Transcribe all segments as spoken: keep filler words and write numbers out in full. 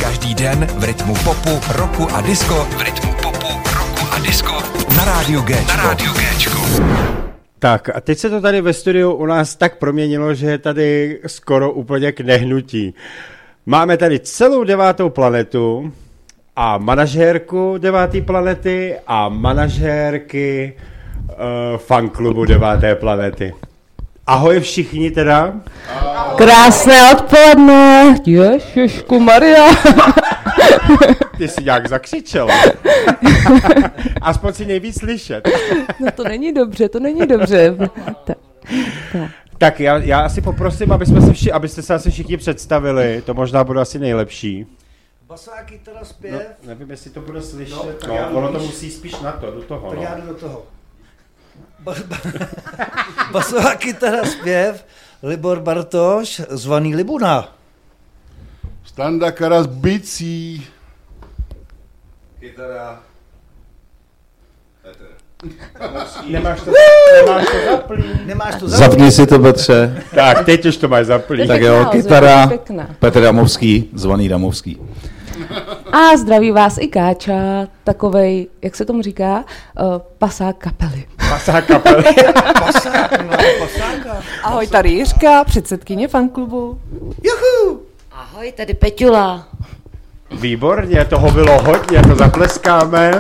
Každý den v rytmu popu, rocku a disco. V rytmu popu, rocku a disco. Na rádiu Géčko. Na rádiu Géčko. Tak a teď se to tady ve studiu u nás tak proměnilo, že je tady skoro úplně k nehnutí. Máme tady celou devátou planetu a manažérku deváté planety a manažérky uh, fanklubu deváté planety. Ahoj všichni teda. Krásné odpoledne. Ježišku Maria. Ty jsi nějak zakřičela. Aspoň si nejvíc slyšet. No to není dobře, to není dobře. Tak, tak. tak já, já asi poprosím, aby jsme se vši, abyste se asi všichni představili. To možná bude asi nejlepší. Basáky teda zpěv. No, nevím, jestli to bude slyšet. No, No, ono to musí spíš na to, do toho. Tak no. já jdu do toho. Ba- ba- Basová kytara zpěv, Libor Bartoš, zvaný Libuna. Standa Karas bicí. Kytara. Petr. Nemáš to, nemáš to zaplý. Nemáš to za... Zapni si to, Petře. Tak, teď už to máš zaplý. Tak jo, kytara. Petr Damovský, zvaný Damovský. A zdraví vás i Káča, takovej, jak se tomu říká, uh, pasák kapely. Pasák kapely. Pasák, no, pasáka. Ahoj, tady Jiřka, předsedkyně fanklubu. Juhu! Ahoj, tady Peťula. Výborně, toho bylo hodně, to zatleskáme.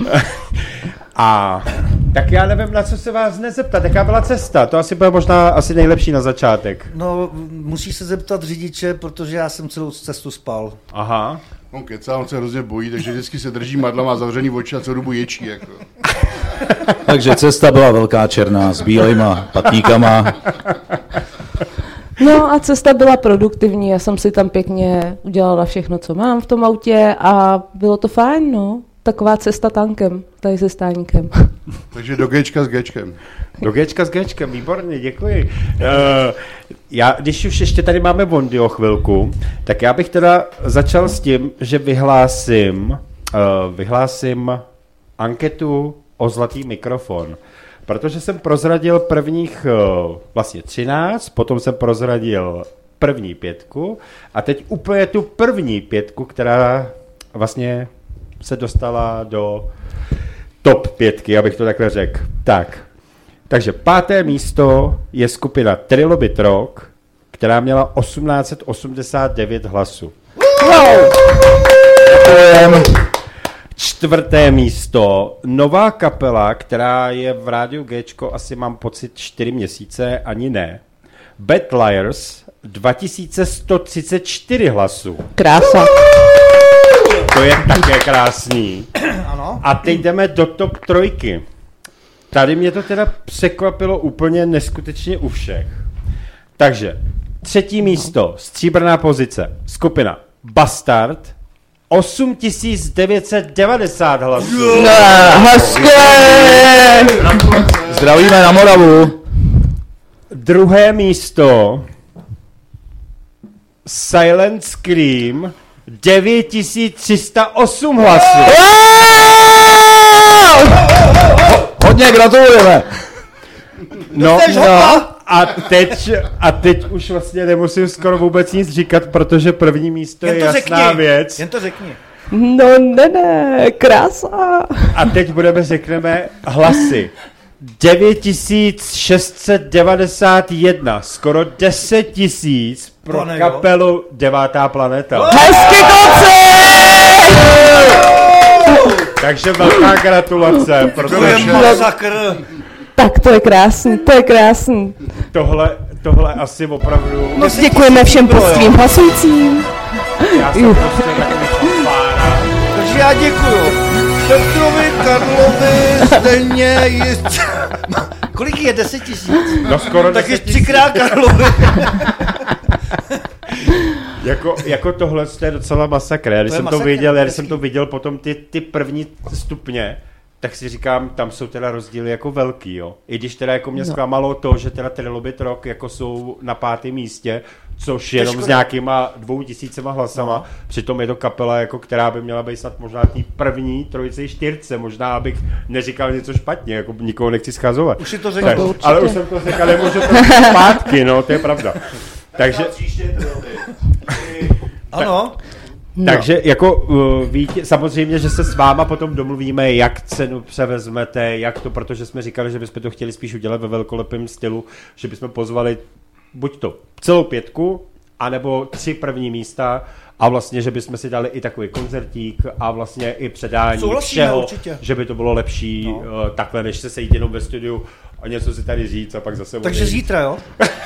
A tak já nevím, na co se vás nezeptat, jaká byla cesta, to asi bude možná asi nejlepší na začátek. No, musíš se zeptat řidiče, protože já jsem celou cestu spal. Aha. On kecá, on se hrozně bojí, takže vždycky se drží madla, má zavřený oči a celou dobu ječí. Jako. Takže cesta byla velká černá s bílejma patníkama. No a cesta byla produktivní, já jsem si tam pěkně udělala všechno, co mám v tom autě a bylo to fajn, no. Taková cesta tankem, tady se stáníkem. Takže do Géčka s Géčkem. Do Géčka s Géčkem, výborně, děkuji. Uh, já, když už ještě tady máme Bondy o chvilku, tak já bych teda začal s tím, že vyhlásím, uh, vyhlásím anketu o zlatý mikrofon. Protože jsem prozradil prvních uh, vlastně třináct, potom jsem prozradil první pětku a teď úplně tu první pětku, která vlastně se dostala do top pětky, abych to takhle řekl. Tak, takže páté místo je skupina Trilobit Rock, která měla osmnáct set osmdesát devět hlasů. Wow! Čtvrté místo, nová kapela, která je v rádiu Géčko, asi mám pocit čtyři měsíce, ani ne. Bad Liars, dva tisíce sto třicet čtyři hlasů. Krása. To je také krásný. Ano. A teď jdeme do top trojky. Tady mě to teda překvapilo úplně neskutečně u všech. Takže třetí místo, stříbrná pozice, skupina Bastard, osm tisíc devět set devadesát hlasů. No, hezké! Zdravíme na Moravu. Druhé místo, Silent Scream, devět tisíc tři sta osm hlasů. Hodně gratulujeme. No, no a, teď, a teď už vlastně nemusím skoro vůbec nic říkat, protože první místo je jasná řekni. věc. Jen to řekni. No ne, ne, krása. A teď budeme, řekneme, hlasy. devět tisíc šest set devadesát jedna, skoro deset tisíc pro Pane, kapelu Devátá planeta. Hezky, kluci! Takže velká gratulace, To je protože masakr. Tak to je krásný, to je krásný. tohle, tohle asi opravdu... Moc děkujeme všem svým hlasujícím. Já jsem prostě takový fanfára. Takže já děkuju. Petrovi, Karlovi, Zdeně, Jistě. Kolik je? Deset tisíc? No skoro Tak je deset tisíc. třikrát Karlovi. Jako, jako tohle je docela masakr. Já když To je jsem masakr, to viděl, já když hezký. jsem to viděl potom ty, ty první stupně, tak si říkám, tam jsou teda rozdíly jako velký, jo. I když teda jako mě No. zklamalo to, že teda Trilobit Rock jako jsou na pátém místě, což jenom škoda. s nějakýma dvou tisícema hlasama, no. Přitom je to kapela, jako, která by měla být snad možná tý první trojice čtyřce, možná abych neříkal něco špatně, jako nikoho nechci schazovat. Už si to Tak, řekl. ale už jsem to řekl, nemůžu to zpátky, no, to je pravda. Takže, Ano. No. Takže jako uh, víte, samozřejmě, že se s váma potom domluvíme, jak cenu převezmete, jak to, protože jsme říkali, že bychom to chtěli spíš udělat ve velkolepém stylu, že bychom pozvali buď to celou pětku, anebo tři první místa a vlastně, že bychom si dali i takový koncertík a vlastně i předání Souhlasíme, všeho, určitě. Že by to bylo lepší no. uh, takhle, než se sejít jenom ve studiu a něco si tady říct a pak zase... Takže odejít. Zítra, jo?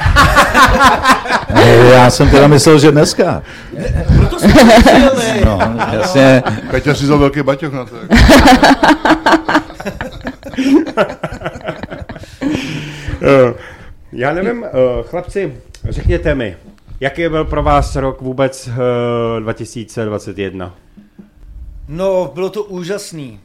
Já jsem teda myslel, že dneska. Ne, proto jsme přijeli. No, jasně. Peťa si vzal velký baťoch na to. Já nevím, chlapci, řekněte mi, jaký byl pro vás rok vůbec dva tisíce dvacet jedna? No, bylo to úžasný.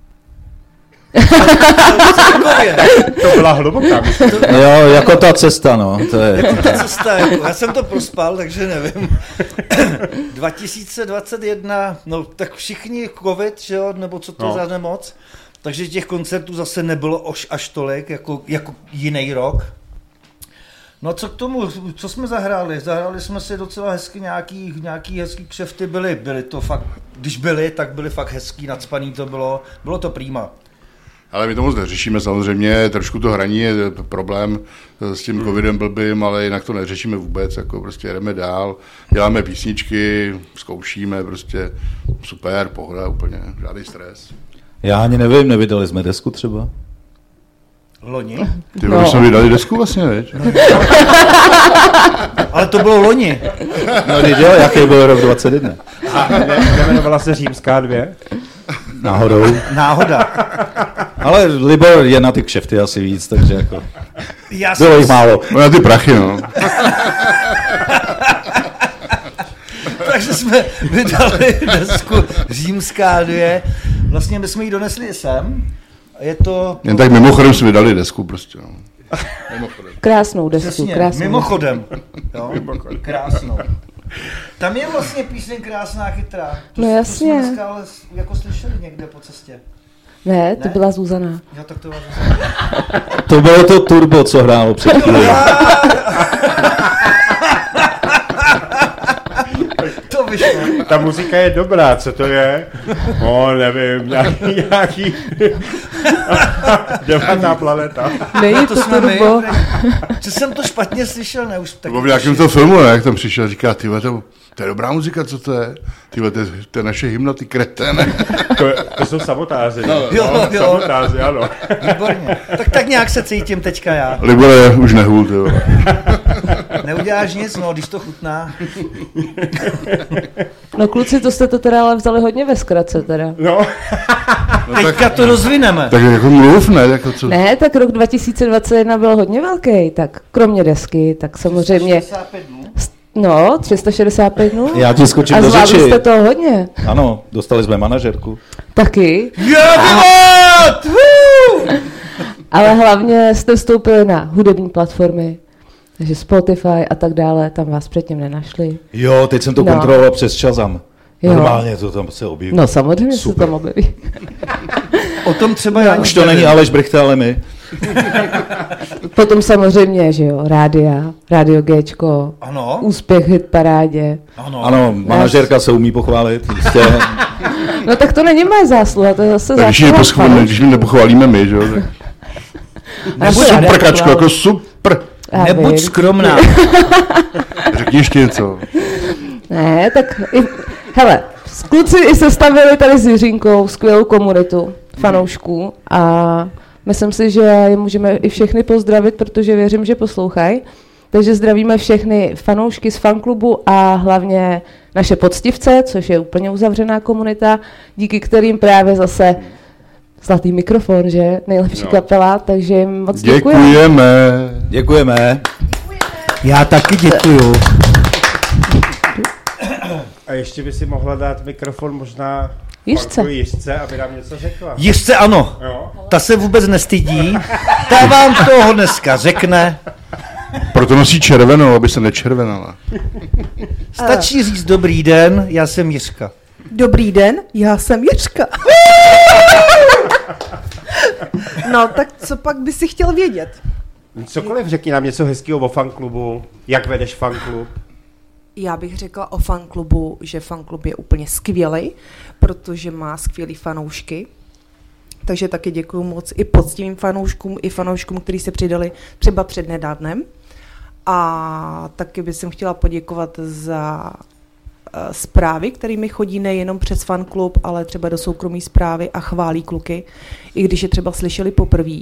To byla hluboká. Jo, jako ta cesta, no. To je. Jako ta cesta, jako, já jsem to prospal, takže nevím. dva tisíce dvacet jedna, no tak všichni covid, že jo, nebo co to no. za nemoc. Takže těch koncertů zase nebylo až, až tolik, jako, jako jiný rok. No a co k tomu, co jsme zahráli? Zahráli jsme si docela hezky nějaký, nějaký hezký kšefty, byly, byly to fakt, když byly, tak byly fakt hezký, nacpaný to bylo, bylo to prima. Ale my to moc neřešíme samozřejmě, trošku to hraní je problém s tím covidem blbým, ale jinak to neřešíme vůbec, jako prostě jdeme dál, děláme písničky, zkoušíme, prostě super, pohoda úplně, žádný stres. Já ani nevím, nevydali jsme desku třeba. Loni? Ty no. jsme vydali desku vlastně, veď? Ale to bylo loni. No teď jo, jaký byl rok dvacet jedna? A nejmenovala se Římská dvě? Náhodou. Náhoda. Ale Libor je na ty kšefty asi víc, takže jako... Já bylo jich málo. No na ty prachy, no. Takže jsme vydali desku Římská dvě. Vlastně my jsme ji donesli sem. Je to... Jen tak mimochodem jsme vydali desku prostě, no. Mimochodem. Krásnou desku, Přesně, krásnou. Mimochodem. Jo? Mimochodem. Krásnou. Tam je vlastně píseň Krásná chytrá. To, no jasně. To jsme dneska ale jako slyšeli někde po cestě. Ne, to ne? byla Zuzana. Jo, tak to byla Zuzana. To bylo to turbo, co hrálo před chvíli. To vyšlo. Ta muzika je dobrá, co to je? No, nevím, nějaký, nějaký... Devátá planeta. Není to, to turbo. Že jsem to špatně slyšel, ne už tak. To bylo v nějakém to filmu, ne? Jak tam přišel a říká, tyhle, to, to je dobrá muzika, co to je? Tyhle, to, to je naše hymna, ty kreténe. To, to jsou sabotáři. No, jo, no, jo. Sabotáři, ano. Výborně. Tak, tak nějak se cítím teďka já. Libore, už nehůl, ty vole. Neuděláš nic, no, když to chutná. No kluci, to jste to teda ale vzali hodně ve zkratce teda. No. No teďka tak, to rozvineme. Tak jako mluv, ne? Jako co? Ne, tak rok dva tisíce dvacet jedna byl hodně velký, tak kromě desky, tak samozřejmě... tři sta šedesát pět dnů? No, tři sta šedesát pět dnů. Já ti skočím a do řeči. A zvládli jste to hodně. Ano, dostali jsme manažerku. Taky. Yeah, ale hlavně jste vstoupili na hudební platformy, takže Spotify a tak dále, tam vás předtím nenašli. Jo, teď jsem to no. kontroloval přes Shazam. Jo. Normálně to tam se objeví. No samozřejmě super. se tam objeví. O tom třeba já už to není Aleš Brychta, ale my. Potom samozřejmě, že jo, rádia, rádio Géčko, ano. Úspěch hit parádě. Ano, ano manažerka se umí pochválit, jistě. No tak to není moje zásluha, to je zase tak zásluha. Když, když mi nepochválíme my, že jo, tak... Nebuď super, Kačko, jako super. Já Nebuď vím. skromná. Řekni ještě něco. Ne, tak i, hele, kluci i sestavili tady s Jiřínkou skvělou komunitu fanoušků a myslím si, že je můžeme i všechny pozdravit, protože věřím, že poslouchají. Takže zdravíme všechny fanoušky z fanklubu a hlavně naše poctivce, což je úplně uzavřená komunita, díky kterým právě zase zlatý mikrofon, že? Nejlepší no. kapela, takže jim moc děkujeme. Děkujeme. Děkujeme. Já taky děkuju. A ještě by si mohla dát mikrofon možná Jiřce. Jiřce, aby nám něco řekla. Jiřce ano. Jo? Ta se vůbec nestydí. Ta vám toho dneska řekne. Proto nosí červenou, aby se nečervenala. Stačí říct dobrý den, já jsem Jiřka. Dobrý den, já jsem Jiřka. No, tak co pak by si chtěl vědět? Cokoliv, řekni nám něco hezkého o fanklubu, jak vedeš fanklub. Já bych řekla o fanklubu, že fanklub je úplně skvělý, protože má skvělý fanoušky. Takže taky děkuju moc i poctivým fanouškům, i fanouškům, kteří se přidali třeba před nedávnem. A taky bych chtěla poděkovat za uh, zprávy, kterými chodí nejenom přes fanklub, ale třeba do soukromí zprávy a chválí kluky, i když je třeba slyšeli poprvé.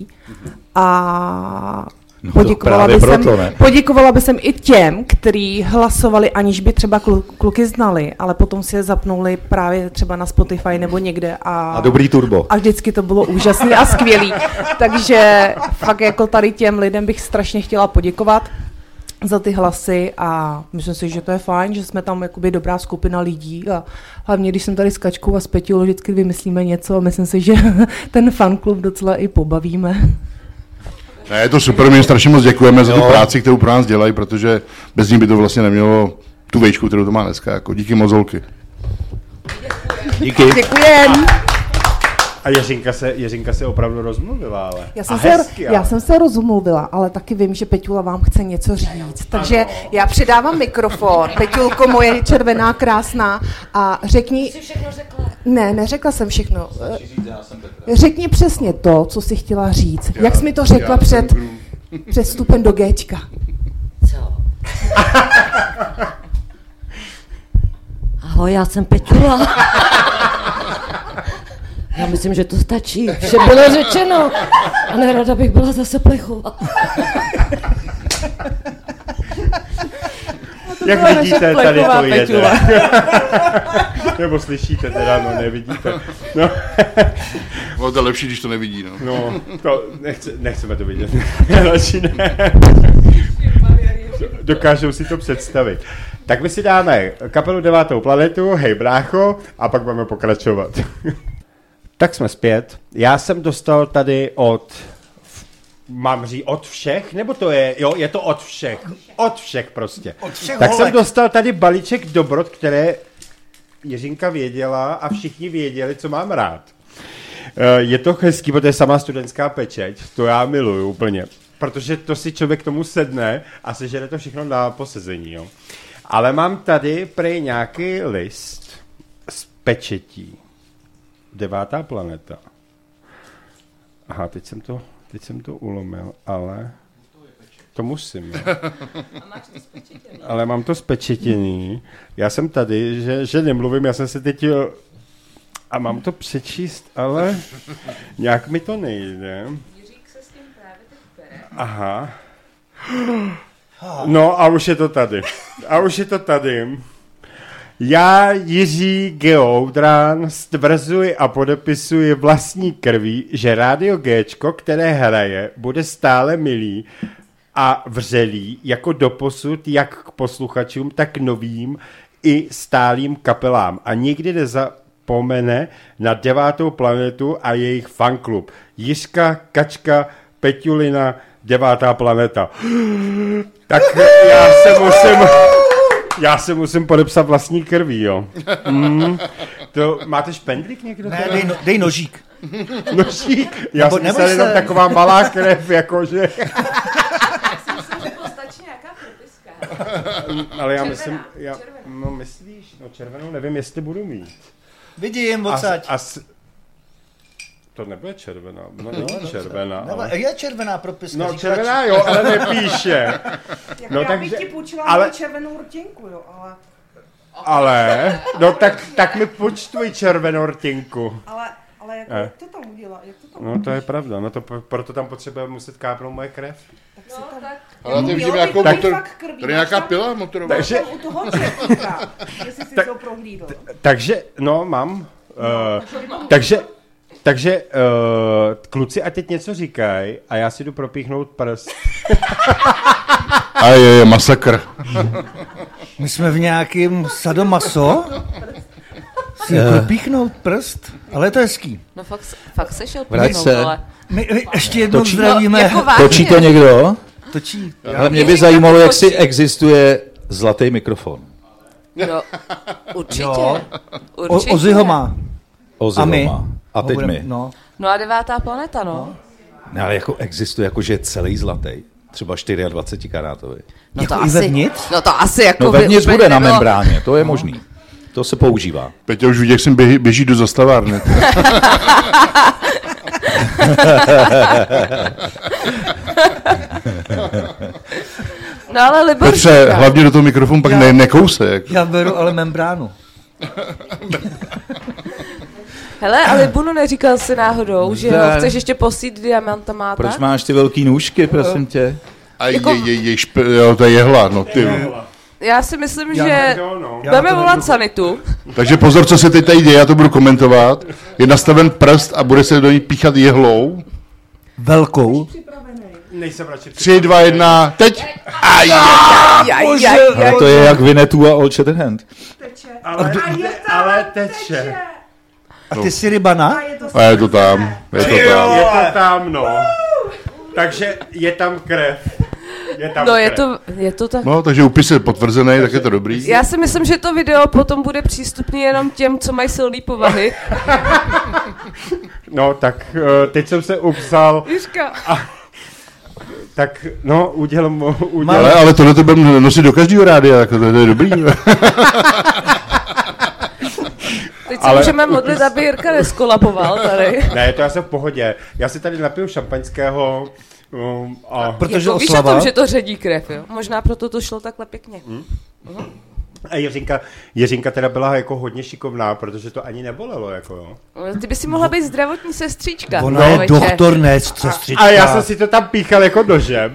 A No poděkovala, by proto, jsem, poděkovala by jsem i těm, kteří hlasovali, aniž by třeba kluky znali, ale potom si je zapnuli právě třeba na Spotify nebo někde. A, a dobrý turbo. A vždycky to bylo úžasný a skvělý. Takže fakt jako tady těm lidem bych strašně chtěla poděkovat za ty hlasy a myslím si, že to je fajn, že jsme tam jakoby dobrá skupina lidí a hlavně, když jsem tady s Kačkou a s Peťou, vždycky vymyslíme něco a myslím si, že ten fanklub docela i pobavíme. Ne, je to super, my strašně moc děkujeme za tu práci, kterou pro nás dělají, protože bez ní by to vlastně nemělo tu vejšku, kterou to má dneska. Jako díky moc, holky. Díky. Děkujem. A Jiřinka se, Jiřinka se opravdu rozmluvila, ale. Já jsem, a se, hezky, já jsem se rozmluvila, ale taky vím, že Peťula vám chce něco říct. Takže ano. Já předávám mikrofon. Peťulko, moje červená, krásná. A řekni... Jsi všechno řekla? Ne, neřekla jsem všechno. Řekni přesně to, co jsi chtěla říct. Já, Jak jsi mi to řekla před, před vstupem do Géčka? Co? Ahoj, já jsem Peťula. Já myslím, že to stačí. Vše bylo řečeno. A nerada bych byla zase plechová. Jak vidíte, tady to jede. Nebo slyšíte teda, no nevidíte. No. No, to je lepší, když to nevidí, no. No, to nechce, nechceme to vidět. Radši ne. Dokážou si to představit. Tak my si dáme kapelu Devátou planetu, Hej brácho, a pak budeme pokračovat. Tak jsme zpět. Já jsem dostal tady od, mám říct od všech, nebo to je, jo, je to od všech, od všech prostě. Od všech tak holek. jsem dostal tady balíček dobrot, které Jiřinka věděla a všichni věděli, co mám rád. Je to hezký, protože je sama studentská pečeť, to já miluju úplně, protože to si člověk k tomu sedne a sežere to všechno na posezení, jo. Ale mám tady prej nějaký list s pečetí. Devátá planeta. Aha, teď jsem to, teď jsem to ulomil, ale to musím. Ale mám to spečetěný. Já jsem tady, že, že nemluvím, já jsem se teď... A mám to přečíst, ale nějak mi to nejde. Aha. No a už je to tady. A už je to tady. Já, Jiří Geoudrán, stvrzuji a podepisuji vlastní krví, že Rádio Géčko, které hraje, bude stále milý a vřelý, jako doposud, jak k posluchačům, tak novým i stálým kapelám. A nikdy nezapomene na Devátou planetu a jejich fanklub. Jiřka, Kačka, Peťulina, Devátá planeta. Tak já se musím... Já se musím podepsat vlastní krví, jo. Mm. To, máte špendlík někdo? Ne, dej, no, dej nožík. Nožík? Já Nebo, jsem myslel jenom taková malá krev, jakože... Já si myslím, že postačí nějaká propiska. Ale já Červená, myslím... Já, červená. no myslíš, no červenou nevím, jestli budu mít. Vidím, odsaď. A, a s... To nebude červená, no není červená. No, ale... je červená propiska. No říkáš. červená jo, ale nepíše. Jako No, já takže- bych ti půjčila ale- ale... červenou rtěnku, jo, ale... Ale, no tak, tak mi půjč tvoji červenou rtinku. Ale, ale jak, Eh. jak to tam udělá? Jak to tam No to je pravda, no to po- proto tam potřebujeme muset kápnout moje krev. Tak si tam... Ale tady Jo, vidím ty nějakou máš motor... fakt krví, Tady máš nějaká tam- pila motorová. Takže- Tam u toho čertíka, jestli jsi Tak- to prohlídl. Takže, no mám, uh, takže, takže uh, kluci a teď něco říkají a já si jdu propíchnout prst. A je, je masakr. My jsme v nějakým sadomaso. Si propíchnout prst, ale je to hezký. No fakt, fakt se šel Vrať píchnout, se. ale... My, my ještě jednou Točí- zdravíme. Jako vážně. Točí to někdo? Točí. Ale mě by zajímalo, jak si existuje zlatý mikrofon. No, určitě. Jo. O, Určitě. Ozi ho má. Ozzy A my? ho má. A Ho teď budem- my. No. No a Devátá planeta, no. Ne, ale jako existuje, jako že je celý zlatý. Třeba dvacet čtyři karátový. No to Jako i asi, vevnitř? no to asi jako No by vevnitř úplně bude na nebylo- membráně, to je možný. To se používá. Peťa už vidí, jak jsem běží, běží do zastavárny. No ale Libor Petře, říká- hlavně do toho mikrofonu pak Já- ne, nekouse. Jak. Já beru ale membránu. Hele, ale Libunu neříkal si náhodou, že ho Ne. chceš ještě posít diamantama, Proč tak? máš ty velký nůžky, prosím tě? A Jako- je, je, je, špe, jo, to je jehla, no ty. Já si myslím, Já- že Jo, no. Já budeme to volat nebudu- sanitu. Takže pozor, co se teď tady děje, já to budu komentovat. Je nastaven prst a bude se do ní píchat jehlou. Velkou. Nejsem radši. Tři, dva, jedna, teď. Aj, Jaj, jaj, Ale to je jak Winnetou a Old Shatterhand. Ale, ale teče. A ty jsi rybana? a je to tam, je to Je tam. to tam, no. Takže je tam krev. Je tam No krev. je to, je to tak. No, takže úpis je potvrzený, tak je to dobrý. Já si myslím, že to video potom bude přístupný jenom těm, co mají silný povahy. No, tak eh, teď jsem se upsal, Jiřka. tak no, udělal mu, udělal. Ale, ale tohle to budeme nosit do každého rádia, tak to, to je dobrý. Teď se Ale- můžeme modlit, aby Jirka neskolaboval tady. Ne, to já jsem v pohodě. Já si tady napiju šampaňského um, a, Protože Jako, víš o oslava. tom, že to ředí krev, jo? Možná proto to šlo takhle pěkně. Hmm. a Jiřinka, Jiřinka teda byla jako hodně šikovná, protože to ani nebolelo, jako jo. Ty by si mohla být zdravotní sestřička. Ona je Večer. doktor, ne sestřička. A já jsem si to tam píchal jako nožem.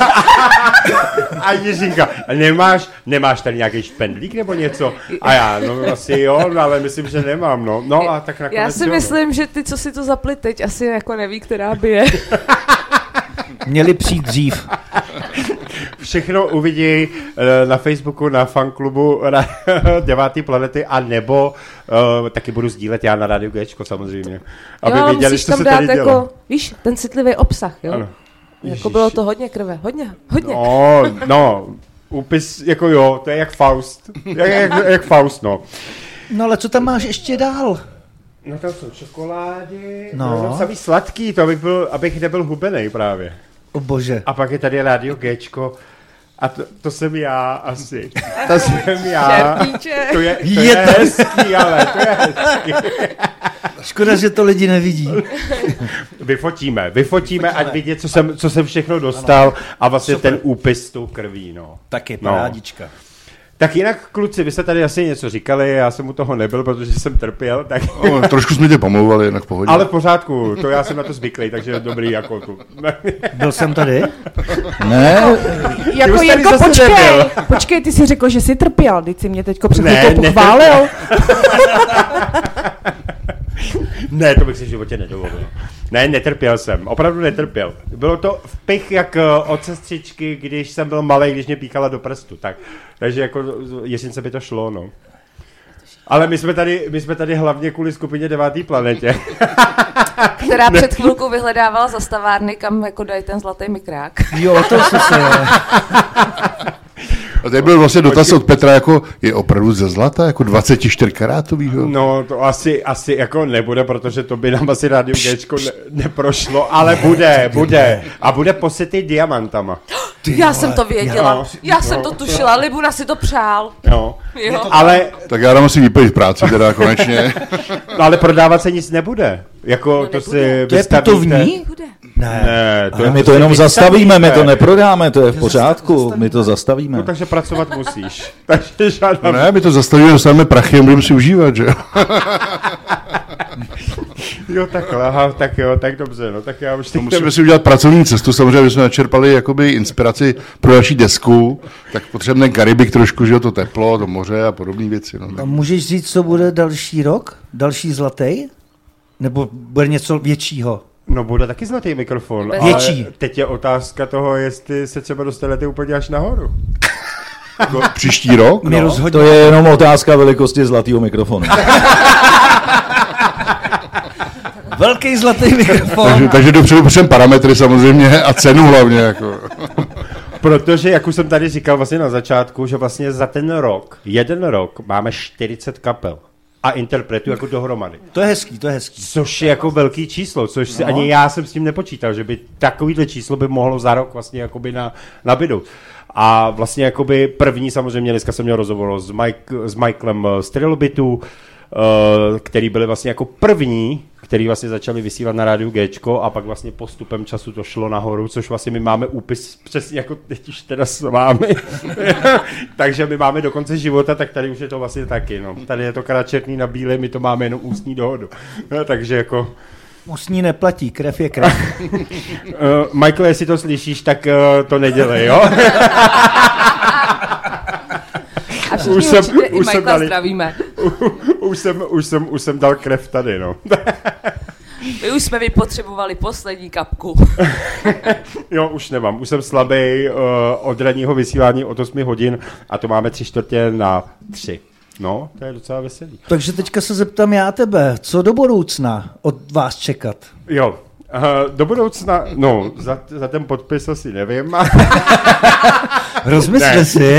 A Jiřinka, nemáš, nemáš tady nějaký špendlík nebo něco? A já, no asi jo, no, ale myslím, že nemám, no. No a tak nakonec Já si jo, no. myslím, že ty, co si to zapli teď, asi jako neví, která by je. Měli přijít dřív. Všechno uvidí uh, na Facebooku, na fanklubu devátý planety, a nebo uh, taky budu sdílet já na Rádiu Géčko samozřejmě. Aby Jo, viděli, musíš co tam se dát tady dělo. jako, víš, ten citlivý obsah, jo? Ano. Jako bylo to hodně krve, hodně, hodně. No, no, úpis, jako jo, to je jak Faust. Jak, jak, jak Faust, no. No ale co tam máš ještě dál? No tam jsou čokolády, No. no, no samý sladký, to abych, byl, abych nebyl hubenej právě. O bože. A pak je tady Rádio Géčko a to, to jsem já asi. To jsem já. Čertíče. To je, to Je je to- hezký, ale to je hezký. Škoda, že to lidi nevidí. Vyfotíme, vyfotíme, ať vidět, co jsem, co jsem všechno dostal a vlastně ten úpis s tou krví, no. Taky No. parádička. Tak jinak, kluci, vy jste tady asi něco říkali, já jsem u toho nebyl, protože jsem trpěl, tak... No, trošku jsme tě pomlouvali, jinak v pohodě. Ale v pořádku, to já jsem na to zvyklý, takže je dobrý jako tu. Byl jsem tady? Ne, Jako už tady Jirko, zase počkej, nebyl. počkej, ty jsi řekl, že jsi trpěl, teď jsi mě teďko před Ne, chvilkou ne. pochválil. Ne, to bych si v životě nedovolil. Ne, netrpěl jsem, opravdu netrpěl. Bylo to vpich jak uh, od sestřičky, když jsem byl malý, když mě píchala do prstu, tak. Takže jako Jesince by to šlo, no. Ale my jsme tady, my jsme tady hlavně kvůli skupině devátý planetě. Která před chvilkou vyhledávala zastavárny, kam jako dají ten zlatý mikrák. Jo, to jsem se... A tady byl vlastně dotaz od Petra, jako je opravdu ze zlata, jako dvacet čtyři karátovýho. No, to asi, asi jako nebude, protože to by nám asi Rádio Géčko ne, neprošlo, ale bude, bude. A bude posytý diamantama. Já jsem to věděla. Jo. Já jsem to tušila, Libuna si to přál. Jo. Jo. Ale, Tak já musím vyplnit práci teda konečně. no, ale prodávat se nic nebude. Jako No, to nebude. si To je vystavíte- putovní? Bude. Ne. Ne, to ale je, my to si jenom zastavíme, my to vystavíte. neprodáme, to je v pořádku, my to zastavíme. No takže pracovat musíš. Takže žádám. No ne, my to zastavíme, dostaneme prachy a budeme si užívat, že jo? Jo, takhle, aha, tak jo, tak dobře, no tak já už To teď musíme si udělat pracovní cestu, samozřejmě, aby jsme načerpali jakoby inspiraci pro další desku, tak potřebujeme Karibik trošku, že jo, to teplo, to moře a podobné věci. No. A můžeš říct, co bude další rok? Další zlatý? Nebo bude něco většího? No bude taky zlatý mikrofon. Bez- ale Větší. teď je otázka toho, jestli se třeba dostanete úplně až nahoru. Jako příští rok? My No. rozhodně... To je jenom otázka velikosti zlatého mikrofonu. Velký zlatý mikrofon. Takže, takže dopředu potřebujeme parametry samozřejmě a cenu hlavně. Jako. Protože, jak už jsem tady říkal vlastně na začátku, že vlastně za ten rok, jeden rok, máme čtyřicet kapel. a interpretuju jako dohromady. To je hezký, to je hezký. Což je jako velký číslo, což si No. ani já jsem s tím nepočítal, že by takovýhle číslo by mohlo za rok vlastně jakoby na, nabídnout. A vlastně jakoby první samozřejmě, dneska jsem měl rozhovor s, Mike, s Michaelem z Trilobitu, uh, který byli vlastně jako první, který vlastně začali vysílat na rádiu Géčko a pak vlastně postupem času to šlo nahoru, což vlastně my máme úpis přesně jako teď už teda s vámi. Takže my máme do konce života, tak tady už je to vlastně taky. No. Tady je to krát černý na bílé, my to máme jenom ústní dohodu. No, takže jako... Ústní neplatí, krev je krev. uh, Michael, jestli to slyšíš, tak uh, to nedělej, jo? A všichni Už jsem- určitě i už jsem Michaela tady- zdravíme. už, jsem, už, jsem, už jsem dal krev tady, no. My už jsme vypotřebovali poslední kapku. Jo, už nemám. Už jsem slabý uh, od ranního vysílání od osmi hodin a to máme tři čtvrtě na tři. No, to je docela veselý. Takže teďka se zeptám já tebe, co do budoucna od vás čekat? Jo, uh, do budoucna, no, za, za ten podpis asi nevím. Rozmysli Ne. si.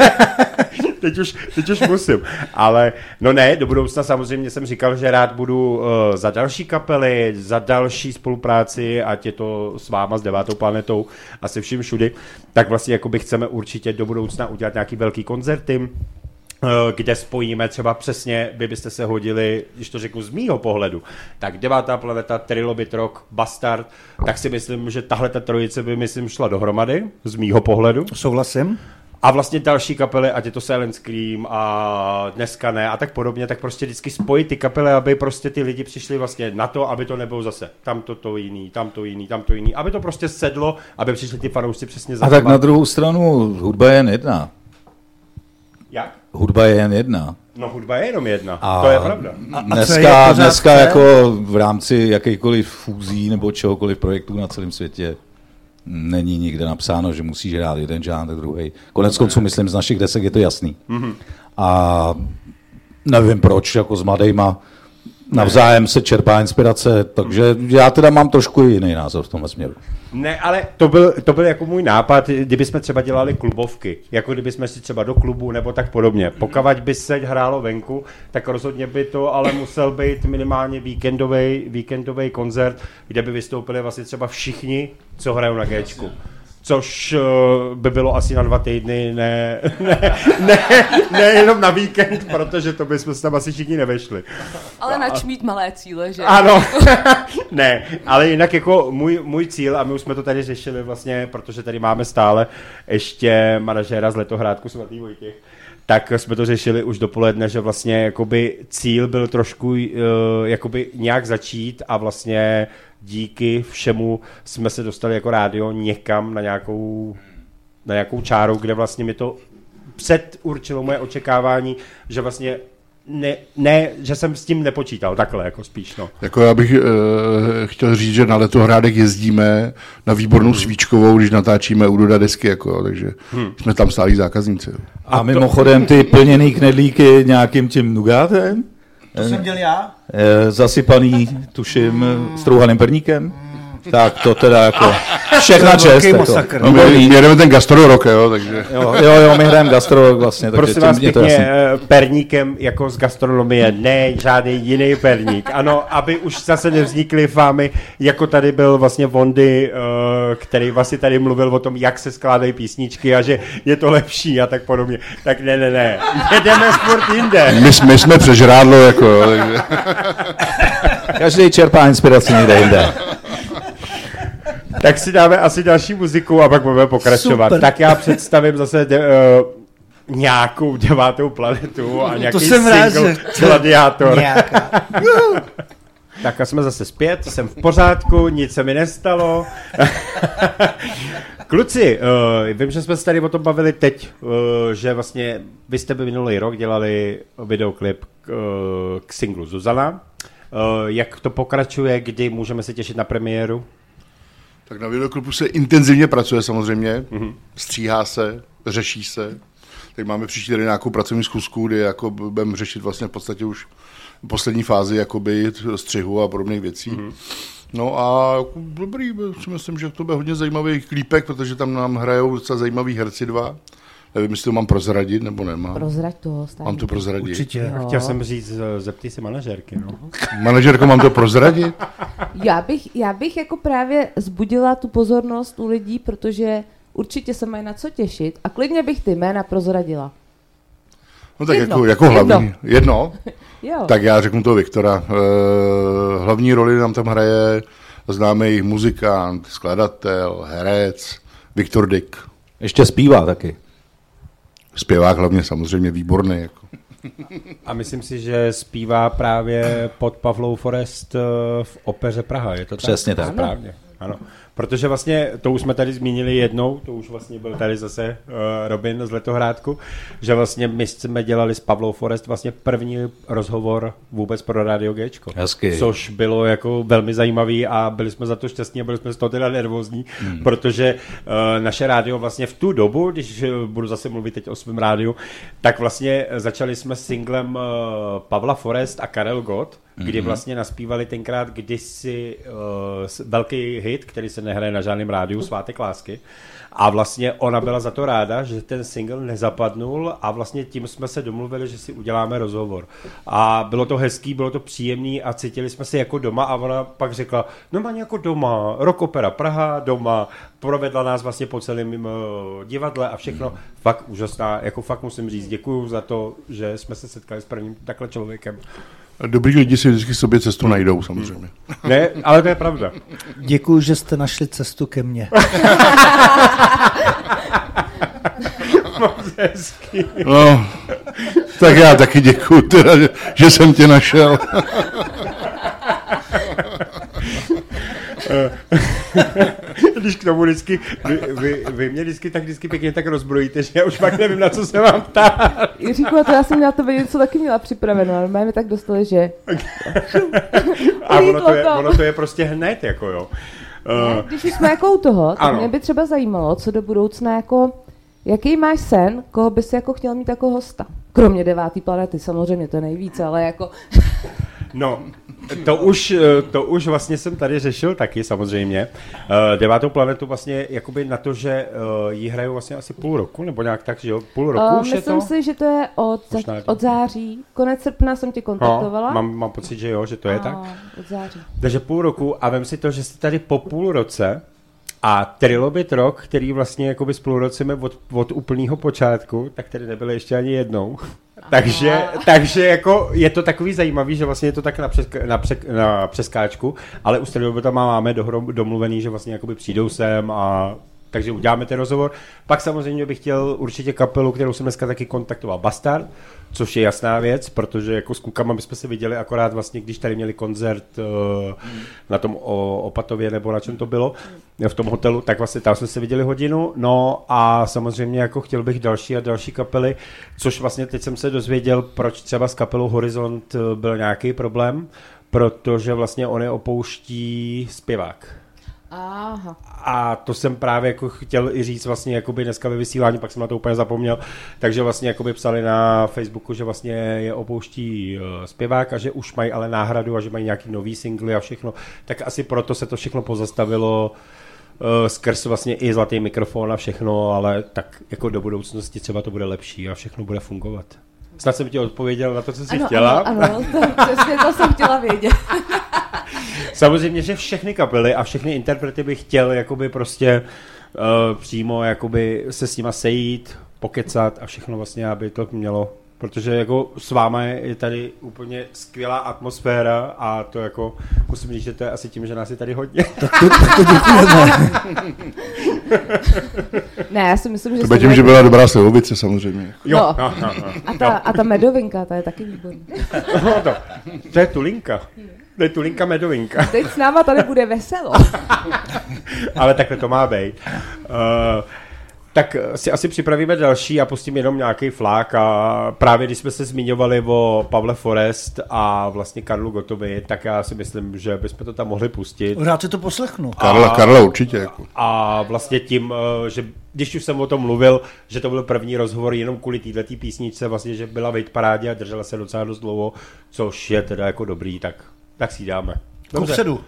teď, už, teď už musím. Ale no ne, do budoucna samozřejmě jsem říkal, že rád budu uh, za další kapely, za další spolupráci, ať je to s váma, s Devátou planetou a se vším všudy, tak vlastně jakoby chceme určitě do budoucna udělat nějaký velký koncerty, kde spojíme třeba přesně, vy byste se hodili, když to řeknu z mýho pohledu, tak Devátá planeta, Trilobit Rock, Bastard, tak si myslím, že tahle ta trojice by, myslím, šla dohromady, z mýho pohledu. Souhlasím. A vlastně další kapely, ať je to Silent Scream a Dneska ne a tak podobně, tak prostě vždycky spojit ty kapely, aby prostě ty lidi přišli vlastně na to, aby to nebylo zase tamto to jiný, tamto jiný, tamto jiný, aby to prostě sedlo, aby přišli ty fanoušci přesně za A tak těma. na druhou stranu hudba je jen jedna. Jak? Hudba je jen jedna. No hudba je jenom jedna, A to je pravda. A- a co je Dneska, pořád dneska chce? jako v rámci jakýkoliv fúzí nebo čehokoliv projektů na celém světě není nikde napsáno, že musíš hrát jeden žánr, druhý. Konec konců, myslím, z našich desek je to jasný. Mm-hmm. A nevím proč, jako s mladejma navzájem se čerpá inspirace, takže já teda mám trošku jiný názor v tomhle směru. Ne, ale to byl, to byl jako můj nápad, kdybychom třeba dělali klubovky, jako kdybychom si třeba do klubu nebo tak podobně. Pokud by se hrálo venku, tak rozhodně by to ale musel být minimálně víkendový, víkendový koncert, kde by vystoupili vlastně třeba všichni, co hrajou na Géčku. Což uh, by bylo asi na dva týdny, ne, ne, ne, ne jenom na víkend, protože to bychom se tam asi všichni nevešli. Ale nač mít malé cíle, že? Ano, ne, ale jinak jako můj, můj cíl, a my už jsme to tady řešili vlastně, protože tady máme stále ještě manažéra z Letohrádku Svatý Vojtěch, tak jsme to řešili už dopoledne, že vlastně jakoby cíl byl trošku uh, jakoby nějak začít a vlastně díky všemu jsme se dostali jako rádio někam na nějakou, na nějakou čáru, kde vlastně mi to předurčilo moje očekávání, že vlastně ne, ne, že jsem s tím nepočítal, takhle jako spíš, no. Jako já bych e, chtěl říct, že na Letohrádek jezdíme na výbornou Hmm. svíčkovou, když natáčíme u Duda desky, jako, jo, takže hmm. jsme tam stálí zákazníci. Jo. A mimochodem ty plněný knedlíky nějakým tím nugátem, To jsem dělal já? eh, zasypaný, tuším, strouhaným perníkem, tak to teda jako všechna čest. velký Jako. masakr. No, my, my jedeme ten gastro rok, jo, takže... Jo, jo, jo, my hrajeme gastro vlastně, takže Prosím tím vás je to pěkně, jasný. eh, perníkem jako z gastronomie, ne žádný jiný perník. Ano, aby už zase nevznikly fámy, jako tady byl vlastně Vondy, eh, který vlastně tady mluvil o tom, jak se skládají písničky a že je to lepší a tak podobně. Tak ne, ne, ne, jedeme sport jinde. My, my jsme přežrádlo, jako, jo, takže... Každý čerpá inspiraci někde jinde. Tak si dáme asi další muziku a pak budeme pokračovat. Super. Tak já představím zase de, uh, nějakou Devátou planetu a nějaký jsem rád, single že- Gladiátor. Nějaká. Tak a jsme zase zpět, jsem v pořádku, nic se mi nestalo. Kluci, uh, vím, že jsme se tady o tom bavili teď, uh, že vlastně vy jste by minulý rok dělali videoklip k, uh, k singlu Zuzana. Uh, jak to pokračuje, kdy můžeme se těšit na premiéru? Tak na videoklipu se intenzivně pracuje samozřejmě, mm-hmm. stříhá se, řeší se. Teď máme příští tady nějakou pracovní zkusku, kdy jako budeme řešit vlastně v podstatě už poslední fázi jakoby střihu a podobných věcí. Mm-hmm. No a jako dobrý, si myslím, že to bude hodně zajímavý klípek, protože tam nám hrajou docela zajímaví herci dva. Nevím, jestli to mám prozradit, nebo nemám. Prozrať to, Stále. Mám to prozradit? Určitě. Jo. Chtěl jsem říct, zeptej si manažerky. No. Manažerko, mám to prozradit? Já bych, já bych jako právě zbudila tu pozornost u lidí, protože určitě se mají na co těšit a klidně bych ty jména prozradila. No tak jedno. jako, jako hlavní. Jedno? Jo. Tak já řeknu toho Viktora. E, hlavní roli nám tam hraje známý muzikant, skladatel, herec, Viktor Dyk. Ještě zpívá taky. Zpěvák hlavně samozřejmě výborný. Jako. A myslím si, že zpívá právě pod Pavlou Forest v opeře Praha. Je to tak? Přesně tak. Správně. Ano. Protože vlastně, to už jsme tady zmínili jednou, to už vlastně byl tady zase uh, Robin z Letohrádku, že vlastně my jsme dělali s Pavlou Forest vlastně první rozhovor vůbec pro Radio Géčko. Hezky. Což bylo jako velmi zajímavý a byli jsme za to šťastní a byli jsme z toho teda nervózní, hmm. protože uh, naše rádio vlastně v tu dobu, když budu zase mluvit teď o svém rádiu, tak vlastně začali jsme s singlem uh, Pavla Forest a Karel Gott, kdy vlastně naspívali tenkrát kdysi uh, velký hit, který se nehraje na žádném rádiu, Svátek lásky. A vlastně ona byla za to ráda, že ten single nezapadnul a vlastně tím jsme se domluvili, že si uděláme rozhovor. A bylo to hezký, bylo to příjemný a cítili jsme se jako doma a ona pak řekla, no má jako doma, Rock Opera Praha, doma, provedla nás vlastně po celém uh, divadle a všechno. Fakt úžasná, jako fakt musím říct, děkuju za to, že jsme se setkali s prvním takhle člověkem. Dobrý lidi si vždycky sobě cestu najdou, samozřejmě. Ne, ale to je pravda. Děkuju, že jste našli cestu ke mně. Moc hezký. No, tak já taky děkuju, teda, že, že jsem tě našel. Když k tomu vždycky, vy, vy, vy mě vždycky tak vždycky pěkně tak rozbrojíte, že já už pak nevím, na co se vám ptát. Jiříku, to já jsem měla tebe něco taky měla připraveno, ale máme mi tak dostali, že... A ono to, je, ono to je prostě hned, jako jo. Ne, když už jsme jako u toho, tak ano. Mě by třeba zajímalo, co do budoucna jako... Jaký máš sen, koho bys jako chtěl mít jako hosta? Kromě devátý planety, samozřejmě to nejvíce, ale jako... No, to už, to už vlastně jsem tady řešil taky samozřejmě. Devátou planetu vlastně jakoby na to, že ji hrajou vlastně asi půl roku, nebo nějak tak, že jo? Půl roku uh, už je to? Myslím si, že to je od, od září. Konec srpna jsem tě kontaktovala. No, mám, mám pocit, že jo, že to je a, tak. Od září. Takže půl roku a vem si to, že jsi tady po půl roce a Trilobit rok, který vlastně jakoby s půlrocemi od, od úplného počátku, tak tady nebyly ještě ani jednou. takže, takže jako je to takový zajímavý, že vlastně je to tak na, přes, na, přek, na přeskáčku, ale u Trilobita máme dohrom, domluvený, že vlastně jakoby přijdou sem a takže uděláme ten rozhovor. Pak samozřejmě bych chtěl určitě kapelu, kterou jsem dneska taky kontaktoval, Bastard, což je jasná věc, protože jako s klukama bychom se viděli akorát vlastně, když tady měli koncert uh, mm. na tom o, Opatově, nebo na čem to bylo, v tom hotelu, tak vlastně tam jsme se viděli hodinu, no a samozřejmě jako chtěl bych další a další kapely, což vlastně teď jsem se dozvěděl, proč třeba s kapelou Horizont byl nějaký problém, protože vlastně on je opouští zpěvák. Aha. A to jsem právě jako chtěl i říct vlastně jakoby dneska ve vysílání, pak jsem na to úplně zapomněl, takže vlastně jakoby psali na Facebooku, že vlastně je opouští uh, zpěvák a že už mají ale náhradu a že mají nějaký nový singly a všechno, tak asi proto se to všechno pozastavilo uh, skrz vlastně i zlatý mikrofon a všechno, ale tak jako do budoucnosti třeba to bude lepší a všechno bude fungovat. Snad jsem ti odpověděl na to, co jsi ano, chtěla. Ano, ano, to, přesně to jsem chtěla vědět. Samozřejmě, že všechny kapely a všechny interprety bych chtěl jakoby prostě uh, přímo jakoby se s nima sejít, pokecat a všechno vlastně, aby to mělo, protože jako s váma je tady úplně skvělá atmosféra a to jako musím říct, že to je asi tím, že nás je tady hodně. Tak to, tak to děkujeme. Ne, já si myslím, že... To bude tím, že byla dobrá slivovice samozřejmě. Jo, no. no, no, no. A, ta, a ta medovinka, ta je taky výborná. No, to, to je tulinka. To je tulinka medovinka. Teď s náma tady bude veselo. Ale takhle to má být. Uh, tak si asi připravíme další a pustím jenom nějaký flák a právě když jsme se zmiňovali o Pavle Forest a vlastně Karlu Gottovi, tak já si myslím, že bychom to tam mohli pustit. Rád si to poslechnu. Karla, Karla určitě. Jako. A vlastně tím, že když už jsem o tom mluvil, že to byl první rozhovor jenom kvůli této písničce, vlastně, že byla v hitparádě a držela se docela dost dlouho, což je teda jako dobrý, tak, tak si dáme. Dobře. Kupředu.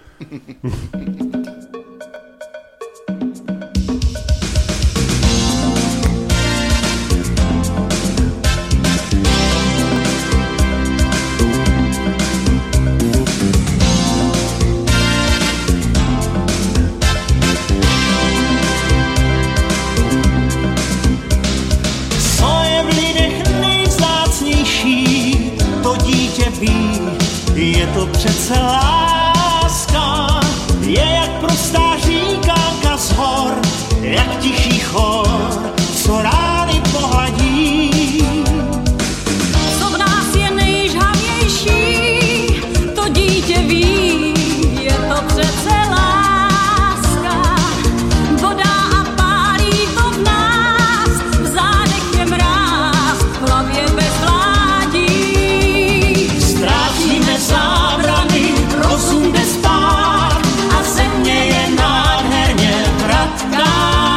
je to přece láska, je jak prostá říkánka z hor, jak tichý chor, co rány pohladí. Co v nás je nejžhavější, to dítě ví, je to přece láska, voda a pálí to v nás, v zádech je mráz, v hlavě bezvládí. Ztrácíme zábrany, rozum jde spát a země je nádherně vratká.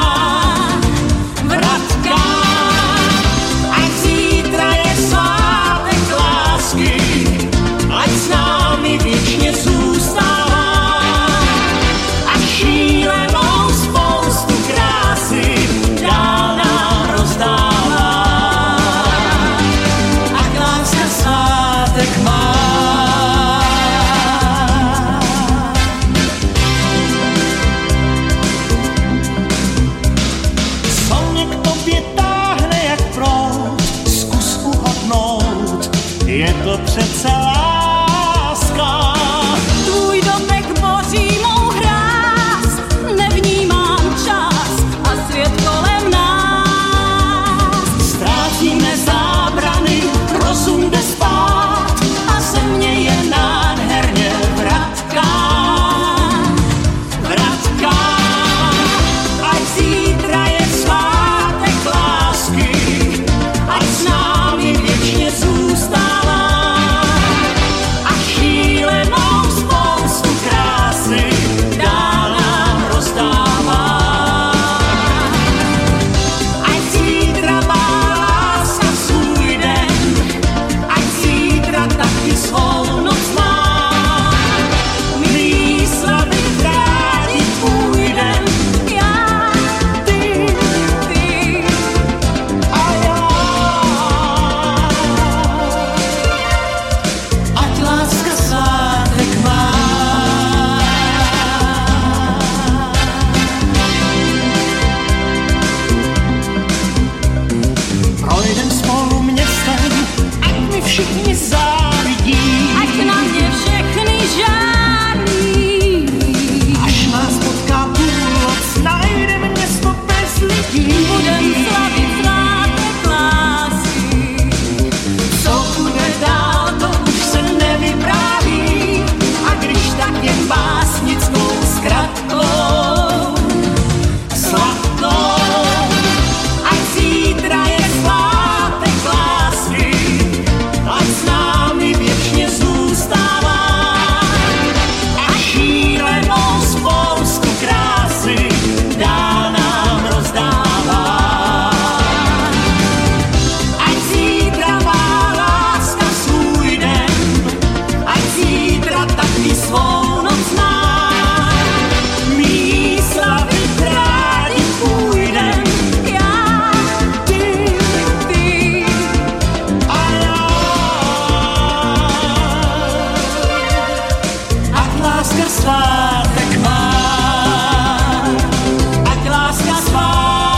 Vratka, ať zítra je svátek lásky, ať s námi věčně zůstává a šílenou spoustu krásy dál nám rozdává. Ať láska svátek má. Co mě k tobě táhne jak proud, zkus uhodnout, je to přece láska. Tvůj dotek boří mou hráz, nevnímám čas a svět kolem nás. Ztrácíme zábrany, rozum jde spát a země je nádherně vratká. Vratka, ať zítra je svátek lásky, ať s námi věčně zůstává a šílenou spoustu krásy dál nám rozdává. Ať zítra má láska svůj den, ať zítra taky svou noc má. My jí slavit rádi půjdem, já, ty, ty a já. Ať láska svátek má. Projdem spolu městem, ať mi všichni závidí. Ať na mě všechny žádný. Až nás potká půlnoc, najdem město bez lidí. Budem slavit svátek lásky. Co bude dál, to už se nevypráví. A když tak jen básnickou zkratkou, sladkou. Ať zítra je svátek lásky, ať s námi věčně zůstává a šílenou spoustu krásy dál nám rozdává. Ať zítra má láska svůj den, ať zítra taky svou noc má. My jí slavit rádi půjdem, já, ty, ty a já. Ať láska svátek má, ať láska svátek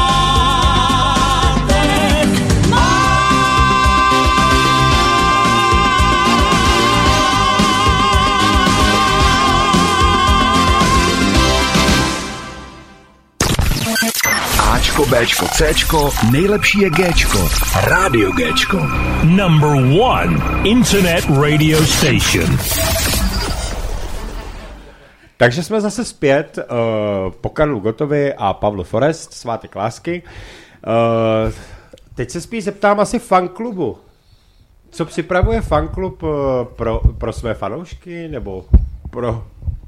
má. Ačko, Bčko, Cčko, nejlepší je Gčko. Rádio Gčko. Number one internet radio station. Takže jsme zase zpět uh, po Karlu Gottovi a Pavlu Forest, Svátek lásky. Uh, teď se spíš zeptám asi fanklubu. Co připravuje fanklub uh, pro, pro své fanoušky, nebo pro...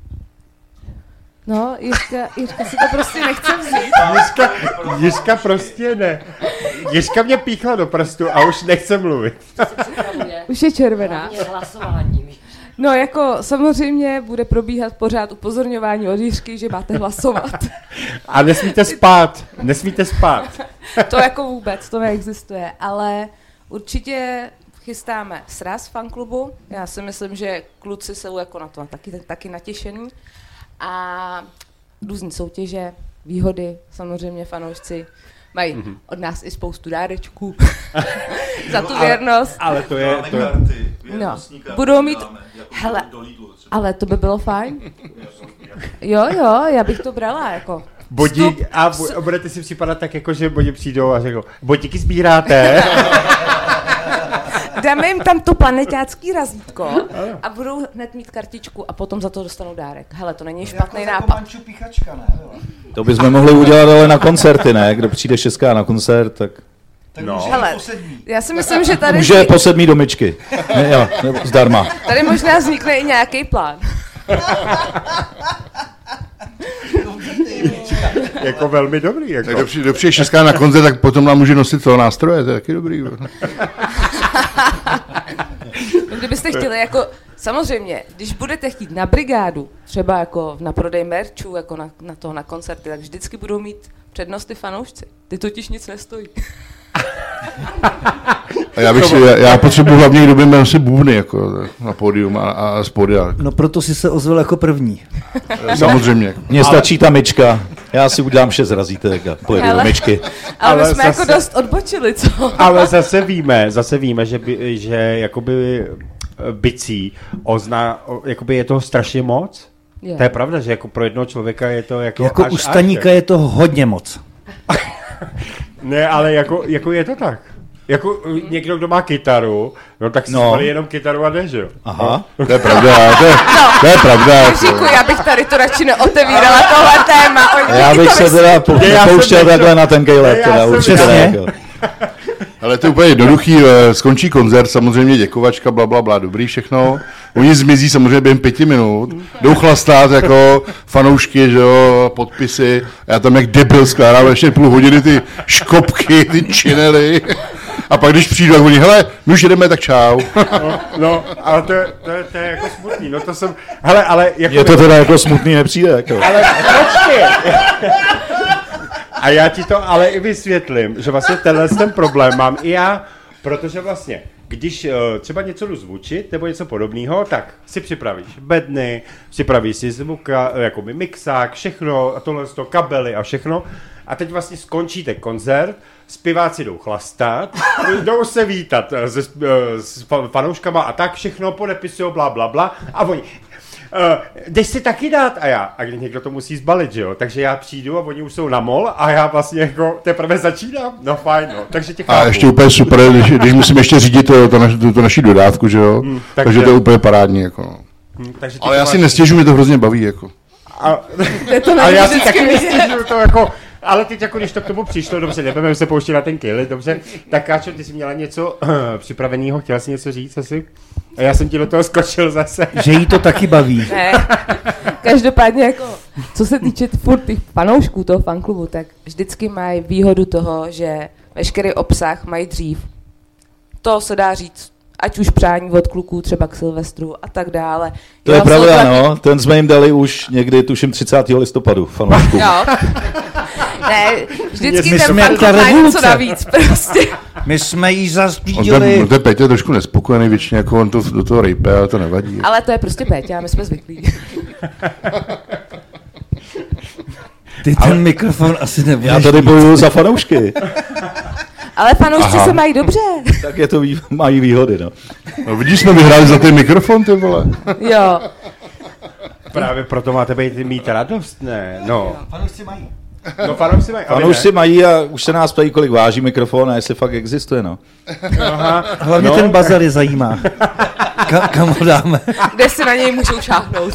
No, Jiřka, Jiřka si to prostě nechce vzít. Jiřka, Jiřka prostě ne. Jiřka mě píchla do prstu a už nechce mluvit. Už je červená. Hlasování. No jako samozřejmě bude probíhat pořád upozorňování od Jiřky, že máte hlasovat. A nesmíte spát, nesmíte spát. To jako vůbec, to neexistuje, ale určitě chystáme sraz fanklubu. Já si myslím, že kluci jsou jako na to taky, taky natěšení. A různý soutěže, výhody, samozřejmě fanoušci mají mm-hmm. od nás i spoustu dárečků za tu věrnost. Ale, ale to je... To je... No, budou mít, Hele, ale to by bylo fajn. Jo, jo, já bych to brala, jako. Bodí, a bu- budete si připadat tak, jako, že bodí přijdou a řeknou, bodíky sbíráte. Dáme jim tam to planetácký razítko a budou hned mít kartičku a potom za to dostanou dárek. Hele, to není špatný jako nápad. Manču píchačka, ne? To bychom mohli udělat ale na koncerty, ne? Kdo přijde šestka na koncert, tak... Tak no. Hele, já si myslím, že tady... Může po sedmý do myčky. Ne, jo, nebo zdarma. Tady možná vznikne i nějaký plán. Jako velmi dobrý. Jako. Tak kdo přijde, kdo přijde šestka na koncert, tak potom nám může nosit toho nástroje, to je taky dobrý. Kdybyste chtěli, jako samozřejmě, když budete chtít na brigádu, třeba jako na prodej merčů, jako na, na toho na koncerty, tak vždycky budou mít přednost ty fanoušci. Ty totiž nic nestojí. A já, bych si, já, já potřebuji hlavně, kdo by měl si bubny jako na pódium a, a z pódia. No proto si se ozval jako první. Samozřejmě. Mně stačí ta myčka. Já si udělám šest razítek a pojedu do myčky. Ale, ale my jsme zase, jako dost odbočili, co? Ale zase víme, zase víme, že, by, že jakoby bicí ozná, jakoby je toho strašně moc. Je. To je pravda, že jako pro jednoho člověka je to jako Jako až, u Staníka až, je to hodně moc. Ne, ale jako, jako je to tak. Jako někdo, kdo má kytaru, no tak si no. spalí jenom kytaru a jde, že jo? Aha. No. To je pravda, to je, no. to je pravda. Ježíku, já bych tady to radši neotevírala tohle téma. Oni já bych se teda pouštěl takhle na tenkej let, teda určitě ne. Ale to je úplně jednoduchý, skončí koncert, samozřejmě děkovačka, bla, bla, bla, dobrý všechno. Oni zmizí samozřejmě během pěti minut, jdou chlastat jako fanoušky, že jo, podpisy. A já tam jak debil skládám ještě půl hodiny ty škopky, ty činely. A pak když přijdu, tak oni, hele, my už jedeme, tak čau. No, no ale to je, to, je, to je jako smutný, no to jsem, hele, ale jako... Je to teda jako smutný nepřijde, jako. Ale počkej. A já ti to ale i vysvětlím, že vlastně tenhle ten problém mám i já, protože vlastně, když uh, třeba něco jdu zvučit nebo něco podobného, tak si připravíš bedny, připravíš si zvuka, jakoby mixák, všechno, a tohle to kabely a všechno. A teď vlastně skončíte koncert, zpěváci jdou chlastat, jdou se vítat se, s fanouškama a tak všechno podepisují, bla, bla, bla. A oni... Uh, jdeš si taky dát a já, a někdo to musí zbalit, že jo, takže já přijdu a oni už jsou na mol a já vlastně jako teprve začínám, no fajn, no, takže tě chápu. A ještě úplně super, když, když musím ještě řídit to, to, naši, to, to naši dodávku, že jo, hmm, takže, takže to je úplně parádní, jako. Hmm, takže ale já si nestěžuji, mě to hrozně baví, jako. A, ale já si taky nestěžuji to, jako, ale teď jako, když to k tomu přišlo, dobře, nebudeme se pouštět na ten kill, dobře, tak Káčo, ty jsi měla něco uh, připraveného, chtěla jsi něco říct asi? A já jsem ti do toho skočil zase. Že jí to taky baví. Ne. Každopádně jako, co se týče furt těch fanoušků toho fanklubu, tak vždycky mají výhodu toho, že veškerý obsah mají dřív. To se dá říct, ať už přání od kluků třeba k Silvestru a tak dále. To jo, je pravda, taky... no. Ten jsme jim dali už někdy, tuším, třicátého listopadu, fanoušků. Jo. Ne, vždycky ten fanklub má něco navíc, prostě. My jsme jí zazdídili. No ten Péťa je trošku nespokojený, většině jako on to do toho rejpe, ale to nevadí. Ale to je prostě Péťa, my jsme zvyklí. Ty ten ale... mikrofon asi nebudeš. Já tady bojuju za fanoušky. Ale fanoušci Aha. se mají dobře. Tak je to vý, mají výhody, no. No vidíš, jsme vyhráli za ten mikrofon, ty vole. Jo. Právě proto máte být, mít radost, ne? No. Fanoušci mají. No fanoušci mají. Fanoušci mají a už se nás ptají, kolik váží mikrofon a jestli fakt existuje, no. Aha. Hlavně no. Ten bazar je zajímá. Ka- kam ho dáme? Kde si na něj můžou šáhnout.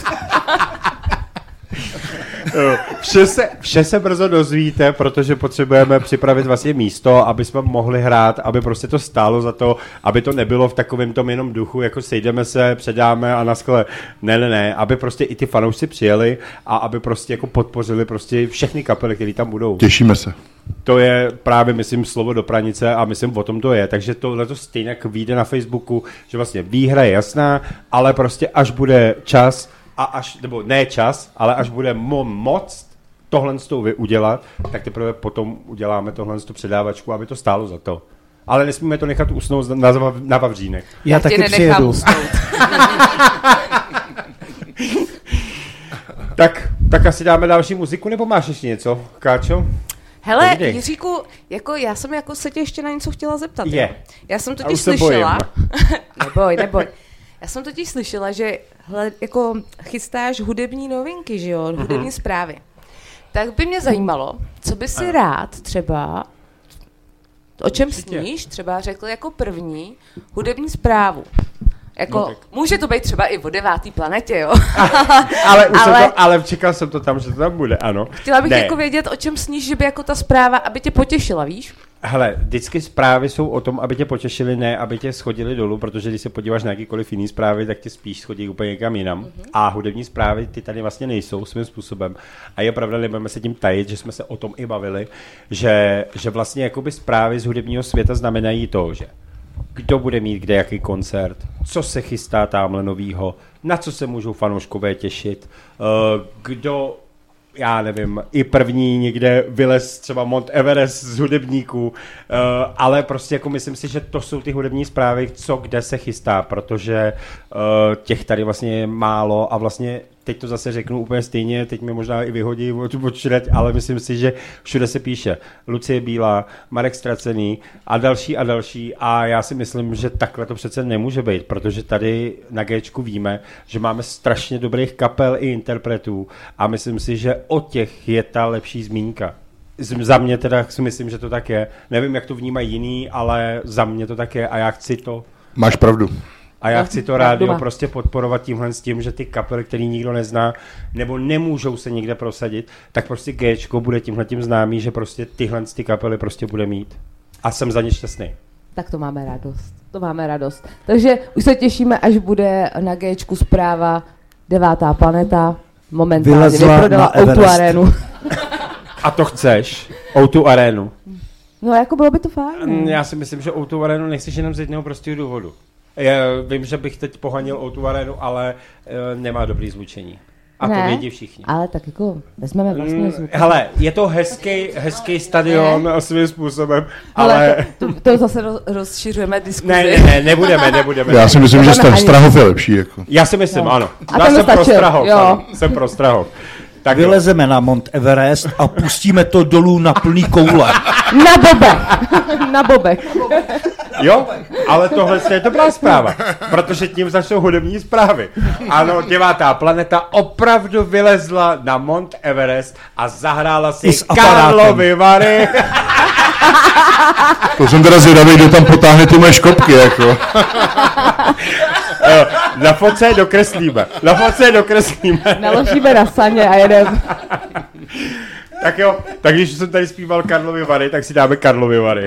Vše se, vše se brzo dozvíte, protože potřebujeme připravit vlastně místo, aby jsme mohli hrát, aby prostě to stálo za to, aby to nebylo v takovém tom jenom duchu, jako sejdeme se, předáme a naskle. Ne, ne, ne, aby prostě i ty fanoušci přijeli a aby prostě jako podpořili prostě všechny kapely, které tam budou. Těšíme se. To je právě, myslím, slovo do pranice a myslím, o tom to je. Takže tohle to stejně vyjde na Facebooku, že vlastně výhra je jasná, ale prostě až bude čas, a až, nebo ne čas, ale až bude mo- moc tohle s tou udělat, tak teprve potom uděláme tohle s tu předávačku, aby to stálo za to. Ale nesmíme to nechat usnout na, na Vavřínech. Já, Já taky přijedu. tak, tak asi dáme další muziku, nebo máš ještě něco, Káčo? Hele, Jiříku, jako já jsem jako se tě ještě na něco chtěla zeptat. Je. Já jsem totiž slyšela, neboj, neboj. Já jsem totiž slyšela, že hle, jako chystáš hudební novinky, že jo, hudební zprávy. Tak by mě zajímalo, co by si rád třeba, o čem sníš, třeba řekl jako první hudební zprávu. Jako, no, může to být třeba i o devátý planetě, jo. ale, už ale, to, ale čekal jsem to tam, že to tam bude, ano. Chtěla bych ne. jako vědět, o čem sníš, že by jako ta zpráva, aby tě potěšila, víš? Hele, vždycky zprávy jsou o tom, aby tě potěšili, ne aby tě schodili dolů, protože když se podíváš na jakýkoliv jiný zprávy, tak tě spíš schodí úplně někam jinam. Mm-hmm. A hudební zprávy ty tady vlastně nejsou svým způsobem. A je pravda, nebudeme se tím tajit, že jsme se o tom i bavili, že, že vlastně jakoby zprávy z hudebního světa znamenají to, že kdo bude mít kde jaký koncert, co se chystá tamhle novýho, na co se můžou fanouškové těšit, kdo, já nevím, i první někde vylez třeba Mount Everest z hudebníků, ale prostě jako myslím si, že to jsou ty hudební zprávy, co kde se chystá, protože těch tady vlastně je málo a vlastně teď to zase řeknu úplně stejně, teď mi možná i vyhodí odčudat, ale myslím si, že všude se píše Lucie Bílá, Marek Ztracený a další a další a já si myslím, že takhle to přece nemůže být, protože tady na Géčku víme, že máme strašně dobrých kapel i interpretů a myslím si, že o těch je ta lepší zmínka. Za mě teda si myslím, že to tak je. Nevím, jak to vnímají jiný, ale za mě to tak je a já chci to. Máš pravdu. A já chci to rádio prostě podporovat tímhle s tím, že ty kapely, který nikdo nezná, nebo nemůžou se nikde prosadit, tak prostě Géčko bude tímhle tím známý, že prostě tyhle ty kapely prostě bude mít. A jsem za ně šťastný. Tak to máme radost. To máme radost. Takže už se těšíme, až bude na Géčku zpráva Devátá planeta. Momentálně vyprodala ó dva Arenu. A to chceš? ó dva Arenu. No jako bylo by to fajn. Já si myslím, že ó dva Arenu nechceš jenom z jednoho prostého důvodu. Já vím, že bych teď pohanil ó dva Arenu, ale uh, nemá dobrý zvučení. A ne, to vědí všichni. Ale tak jako vezmeme vlastně zvuk. Hele, je to hezký, hezký stadion ne? svým způsobem, ale... ale to, to zase roz, rozšiřujeme diskuzi. Ne, ne, ne, nebudeme, nebudeme. Já si myslím, že Strahov je lepší. Jako. Já si myslím, no. ano. A Já jsem stačil, pro Strahov, jo. ano, jsem pro Strahov. Tak vylezeme jo. na Mount Everest a pustíme to dolů na plný koule. Na bobek. Na bobek. Jo, ale tohle je dobrá zpráva, protože tím začnou hudební zprávy. Ano, Devátá planeta opravdu vylezla na Mount Everest a zahrála si Karlovy Vary. To jsem teda zvědavý, kdo tam potáhne ty moje škopky, jako. Na foce je dokreslíme. Na foce je dokreslíme. Naložíme na saně a jedeme. Tak jo, tak když jsem tady zpíval Karlovy Vary, tak si dáme Karlovy Vary.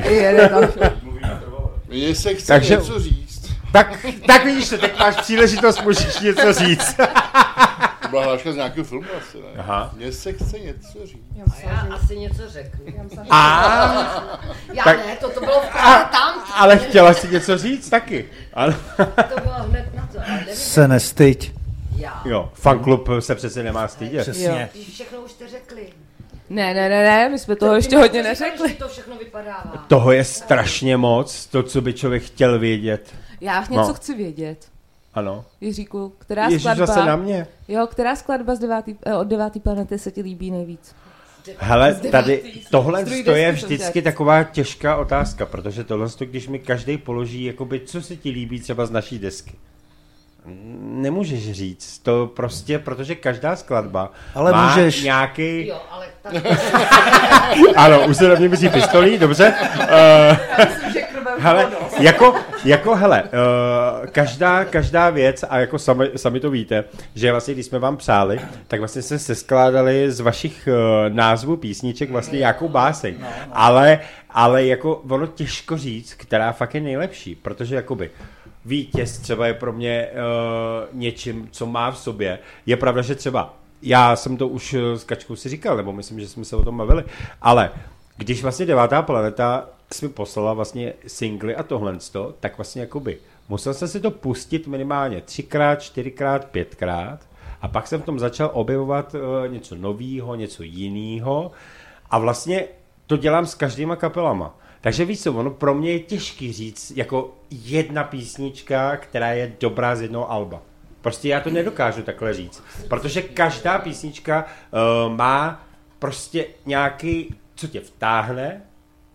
Mně se chce Takže, něco říct. Tak, tak vidíš to, teď máš příležitost, můžeš něco říct. To byla hláška z nějakého filmu asi, ne? Aha. Mně se chce něco říct. A já asi něco řeknu. A, já tak, ne, to, to bylo v Praze tam. Ale chtěla jsi něco říct taky. Ale... To bylo hned na to. Ale se nestyď. Já. Jo, fanklub se přece nemá stydět. Přesně. Všechno už jste řekli. Ne, ne, ne, ne, my jsme toho to ještě hodně neřekli. To všechno vypadává. Toho je strašně moc, to, co by člověk chtěl vědět. Já něco no. chci vědět. Ano. Jiříku, která Ježíš, skladba... zase na mě. Jo, která skladba z devátý, od devátý planety se ti líbí nejvíc? Hele, tady tohle to je vždycky taková těžká otázka, protože tohle, když mi každý položí, jakoby, co se ti líbí třeba z naší desky. Nemůžeš říct, to prostě, protože každá skladba ale má můžeš. nějaký... Jo, ale tak... Ano, už se na mě myslí pistolí, dobře. Uh, hele, jako, jako, hele, uh, každá, každá věc, a jako sami, sami to víte, že vlastně, když jsme vám přáli, tak vlastně se seskládali z vašich uh, názvů písniček vlastně nějakou báseň. Ale, ale jako ono těžko říct, která fakt je nejlepší, protože jakoby Vítěz třeba je pro mě uh, něčím, co má v sobě. Je pravda, že třeba, já jsem to už s Kačkou si říkal, nebo myslím, že jsme se o tom bavili, ale když vlastně Devátá planeta mi poslala vlastně singly a tohle, tak vlastně jakoby musel jsem si to pustit minimálně třikrát, čtyřikrát, pětkrát a pak jsem v tom začal objevovat uh, něco novýho, něco jinýho a vlastně to dělám s každýma kapelama. Takže víš co, ono pro mě je těžký říct jako jedna písnička, která je dobrá z jednoho alba. Prostě já to nedokážu takhle říct, protože každá písnička uh, má prostě nějaký, co tě vtáhne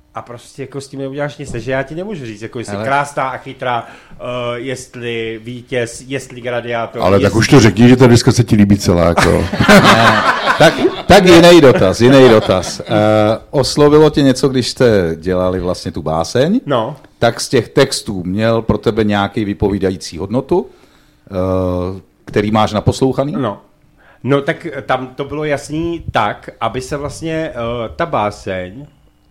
a prostě jako s tím neuděláš nic, takže já ti nemůžu říct, jako jestli Ale... krásná a chytrá, uh, jestli vítěz, jestli gladiátor. Ale jestli... tak už to řekni, že ta diska se ti líbí celá, jako. ne, tak, tak jiný dotaz, jiný dotaz. Uh, oslovilo tě něco, když jste dělali vlastně tu báseň? No. Tak z těch textů měl pro tebe nějaký vypovídající hodnotu, uh, který máš naposlouchaný? No. No tak tam to bylo jasný tak, aby se vlastně uh, ta báseň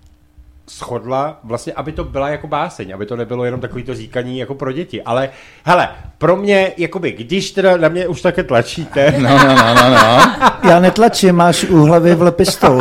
shodla, vlastně, aby to byla jako báseň, aby to nebylo jenom takový to říkaní jako pro děti, ale hele, pro mě, jakoby, když teda na mě už také tlačíte. No, no, no, no, no. Já netlačím, máš u hlavy v lepistol.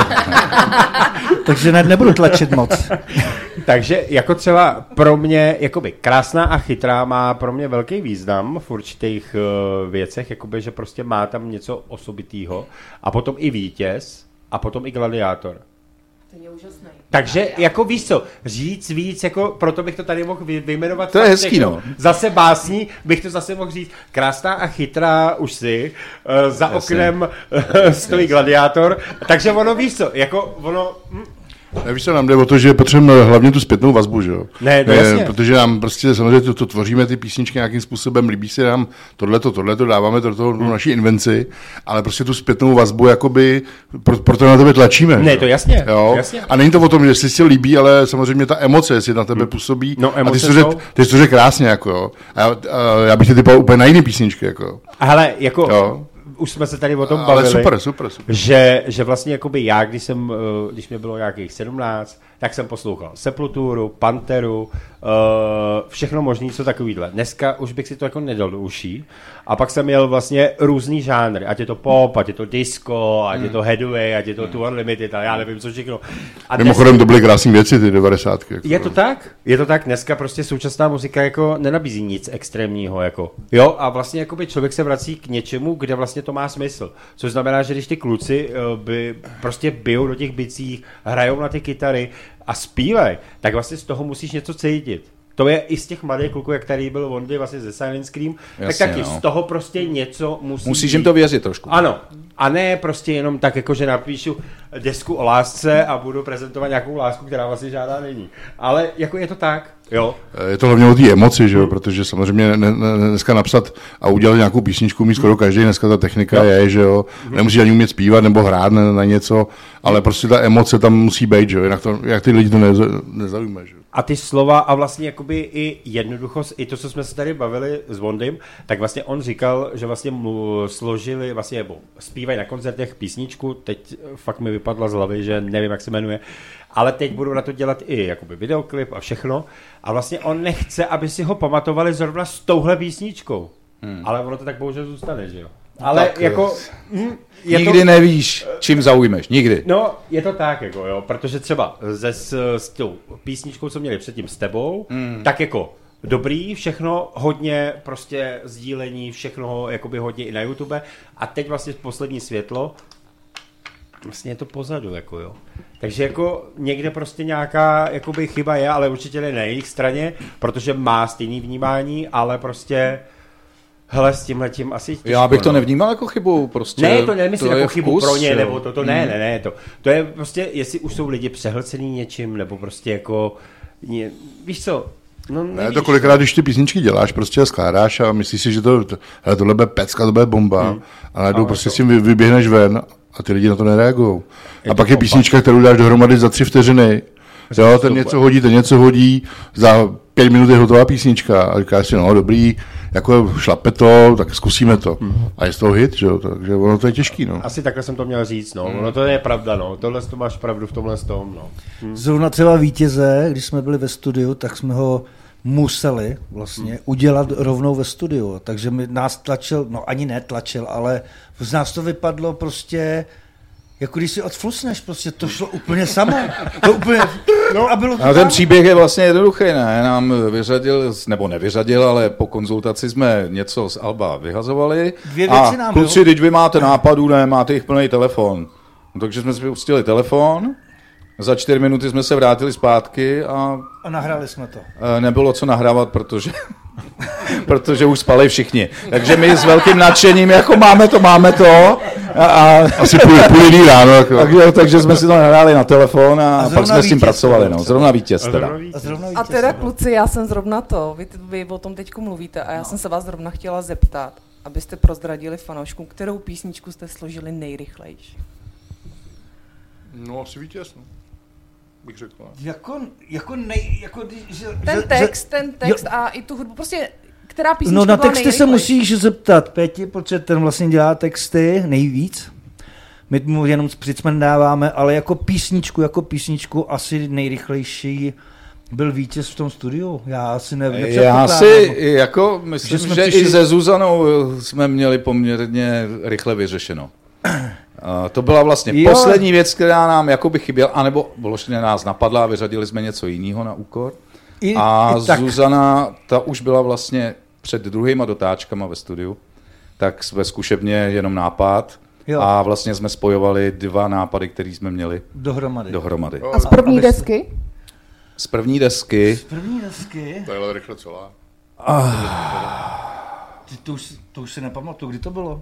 Takže ne, nebudu tlačit moc. Takže jako třeba pro mě, jakoby krásná a chytrá má pro mě velký význam v určitých uh, věcech, jakoby, že prostě má tam něco osobitýho a potom i vítěz a potom i gladiátor. Ten je úžasný. Takže jako víš co, říct víc, jako proto bych to tady mohl vyjmenovat. To je hezký, no. Zase básní bych to zase mohl říct, krásná a chytrá už si, uh, za Jasně. oknem uh, stojí gladiátor, takže ono víš co, jako ono... Hm, Víš co, nám jde o to, že potřebujeme hlavně tu zpětnou vazbu, že jo? Ne, to jasně. Protože nám prostě samozřejmě to, to tvoříme ty písničky nějakým způsobem, líbí se nám tohleto, tohleto, dáváme to do toho hmm. naší invenci, ale prostě tu zpětnou vazbu, jakoby, pro, proto na tebe tlačíme. Ne, že? To jasně, jo? jasně. A není to o tom, že si si líbí, ale samozřejmě ta emoce, jestli na tebe hmm. působí. No, a ty jsi to řekl krásně, jako jo. A já, a já bych tě typoval úplně na jiný písničky, jako. Hele, jako... Jo. Už jsme se tady o tom ale bavili, super, super, super. Že, že vlastně jakoby já, když jsem, když mě bylo nějakých sedmnáct, tak jsem poslouchal Sepulturu, Panteru, všechno možný, co takovýhle. Dneska už bych si to jako nedal do uší. A pak jsem měl vlastně různý žánry, ať je to pop, ať je to disco, ať je to headway, ať je to Two Unlimited, a já nevím, co všechno. A mimochodem dnes... to byly krásné věci, ty devadesátky. Jako. Je to tak? Je to tak? Dneska prostě současná muzika jako nenabízí nic extrémního, jako. Jo, a vlastně jakoby člověk se vrací k něčemu, kde vlastně to má smysl. Což znamená, že když ty kluci by prostě bijou do těch bicích, hrajou na ty kytary a zpívají, tak vlastně z toho musíš něco cítit. To je i z těch mladých kluků, jak tady byl Vondy vlastně ze Silent Scream, Jasně, tak taky no. z toho prostě něco musí Musíš jim to věřit trošku. Ano. A ne prostě jenom tak, jako že napíšu desku o lásce a budu prezentovat nějakou lásku, která vlastně žádná není. Ale jako je to tak, jo. Je to hlavně o té emoci, že jo, protože samozřejmě ne, ne, dneska napsat a udělat nějakou písničku umí skoro každý, dneska ta technika jo. je, že jo, nemusí ani umět zpívat nebo hrát na, na něco, ale prostě ta emoce tam musí být, že jo, jinak to, jak ty lidi to neza, nezaujme, že jo. A ty slova a vlastně jakoby i jednoduchost, i to, co jsme se tady bavili s Vondym, tak vlastně on říkal, že vlastně mu složili, vlastně nebo zpívají na koncertech písničku, teď fakt mi vypadla z hlavy, že nevím, jak se jmenuje, ale teď budu na to dělat i jakoby videoklip a všechno a vlastně on nechce, aby si ho pamatovali zrovna s touhle písničkou, hmm. ale ono to tak bohužel zůstane, že jo. Ale tak, jako... Hm, nikdy to, nevíš, čím zaujmeš, nikdy. No, je to tak, jako jo, protože třeba se, s, s tou písničkou, co měli předtím s tebou, hmm. tak jako dobrý, všechno hodně prostě sdílení, všechno jakoby hodně i na YouTube a teď vlastně poslední světlo, vlastně je to pozadu, jako jo. Takže jako někde prostě nějaká jakoby chyba je, ale určitě ne na jejich straně, protože má stejný vnímání, ale prostě... Hele, s tímhletím asi těžko, já bych to no. nevnímal jako chybu, prostě. Ne, to nemyslím to jako chybu vkus, pro ně, jo. nebo to, to ne, ne, ne, to. To je prostě, jestli už jsou lidi přehlcený něčím, nebo prostě jako, ně, víš co, no nevíš. Ne, to kolikrát, když ty písničky děláš, prostě skládáš a myslíš si, že to, to hele, tohle bude pecka, to bude bomba, hmm. a najednou prostě to. s tím vyběhneš ven a ty lidi na to nereagují. A pak je písnička, kterou dáš dohromady za tři vteřiny, jo, ten něco hodí, ten něco hodí, za pět minut je hotová písnička a říkáš si, no dobrý, jako šlape to, tak zkusíme to. Hmm. A je z toho hit, že jo, takže ono to je těžký, no. Asi takhle jsem to měl říct, no, hmm. ono to je pravda, no, tohle to máš pravdu v tomhle tom, no. Hmm. Zrovna třeba Vítěze, když jsme byli ve studiu, tak jsme ho museli vlastně hmm. udělat rovnou ve studiu, takže mi nás tlačil, no ani netlačil, ale z nás to vypadlo prostě jako když si odflusneš, prostě to šlo úplně samo. To úplně, no a bylo to a ten tam. příběh je vlastně jednoduchý, ne? Nám vyřadil, nebo nevyřadil, ale po konzultaci jsme něco z alba vyhazovali. Dvě věci nám kluci, teď vy máte nápadů, ne, máte jich plný telefon. No, takže jsme si pustili telefon, za čtyři minuty jsme se vrátili zpátky a... A nahráli jsme to. Nebylo co nahrávat, protože protože už spali všichni. Takže my s velkým nadšením, jako máme to, máme to. A, a asi půl, půl jiný ráno. Jako. Takže, takže jsme si to nahráli na telefon a, a pak jsme s tím pracovali. No. Zrovna vítěz teda. A, zrovna vítěz, a teda kluci, já jsem zrovna to, vy, vy o tom teď mluvíte a já no. jsem se vás zrovna chtěla zeptat, abyste prozradili fanouškům, kterou písničku jste složili nejrychlejší. No asi vítěz, no. Bych řekl. Jako, jako nej, jako, že, ten že, text, že, ten text jo. A i tu hudbu, prostě která písnička no na byla texty se musíš zeptat Péti, protože ten vlastně dělá texty nejvíc. My mu jenom přicmendáváme, ale jako písničku, jako písničku asi nejrychlejší byl vítěz v tom studiu. Já asi nevím. Já si jako myslím, že, že přišli... i se Zuzanou jsme měli poměrně rychle vyřešeno. Uh, to byla vlastně jo. poslední věc, která nám jakoby chyběla, anebo vlastně nás napadla a vyřadili jsme něco jiného na úkor. I, a i Zuzana, ta už byla vlastně před druhýma dotáčkama ve studiu, tak jsme zkušebně jenom nápad jo. a vlastně jsme spojovali dva nápady, které jsme měli dohromady. dohromady. A z první desky? Z první desky. Z první desky? To je rychle celá. Ah. To už, to už si nepamatuju, kdy to bylo?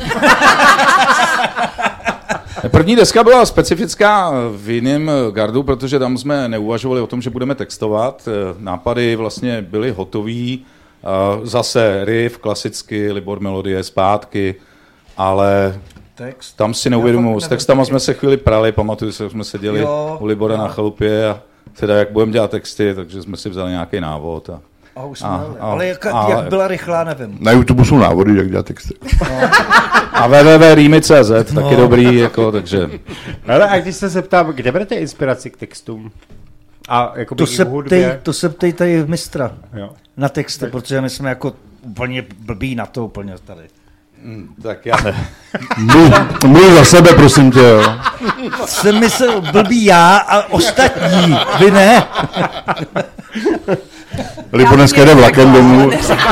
První deska byla specifická v jiném gardu, protože tam jsme neuvažovali o tom, že budeme textovat. Nápady vlastně byly hotový, zase riff, klasicky, Libor melodie, zpátky, ale text. Tam si neuvědomuji. S textama jsme se chvíli prali, pamatuju se, jsme seděli jo, u Libora jo. na chalupě a teda jak budeme dělat texty, takže jsme si vzali nějaký návod. A A už jsme a, a, ale jak, a, jak byla rychlá, nevím. Na YouTube jsou návody, jak dělat texty. No. A w w w tečka rýmy tečka c z, no. taky dobrý, jako, takže... Ale a když se zeptám, kde berete inspiraci k textům? A jako to, se ptej, to se ptej tady mistra jo. na texty, tak. Protože my jsme jako úplně blbí na to úplně tady. Hmm, tak já ne. Mluv za sebe, prosím tě, jo. Jsem myslel blbý já a ostatní, vy ne. Libo dneska jde vlakem domů.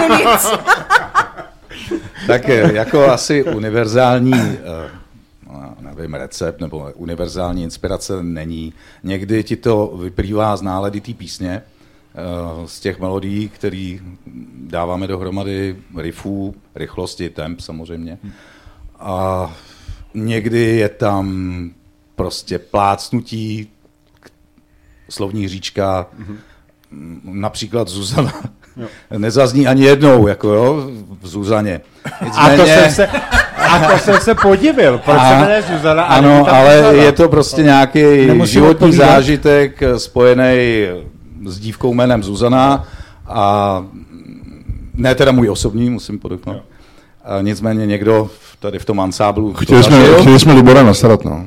Tak jako asi univerzální, nevím, recept nebo univerzální inspirace není. Někdy ti to vyplývá z nálady té písně, z těch melodií, které dáváme dohromady, riffů, rychlosti, temp samozřejmě. A někdy je tam prostě plácnutí, slovní hříčka, mm-hmm. Například Zuzana jo. nezazní ani jednou, jako jo, v Zuzaně. Nicméně... A, to jsem se, a to jsem se podivil, proč se jmenuje Zuzana a ano, ale Zuzana. Je to prostě nějaký Nemusím životní odpovídat. zážitek spojený s dívkou jménem Zuzana a ne teda můj osobní, musím podotknout. A nicméně někdo tady v tom ansáblu... Chtěli jsme, chtěli jsme Libora nasadat, no.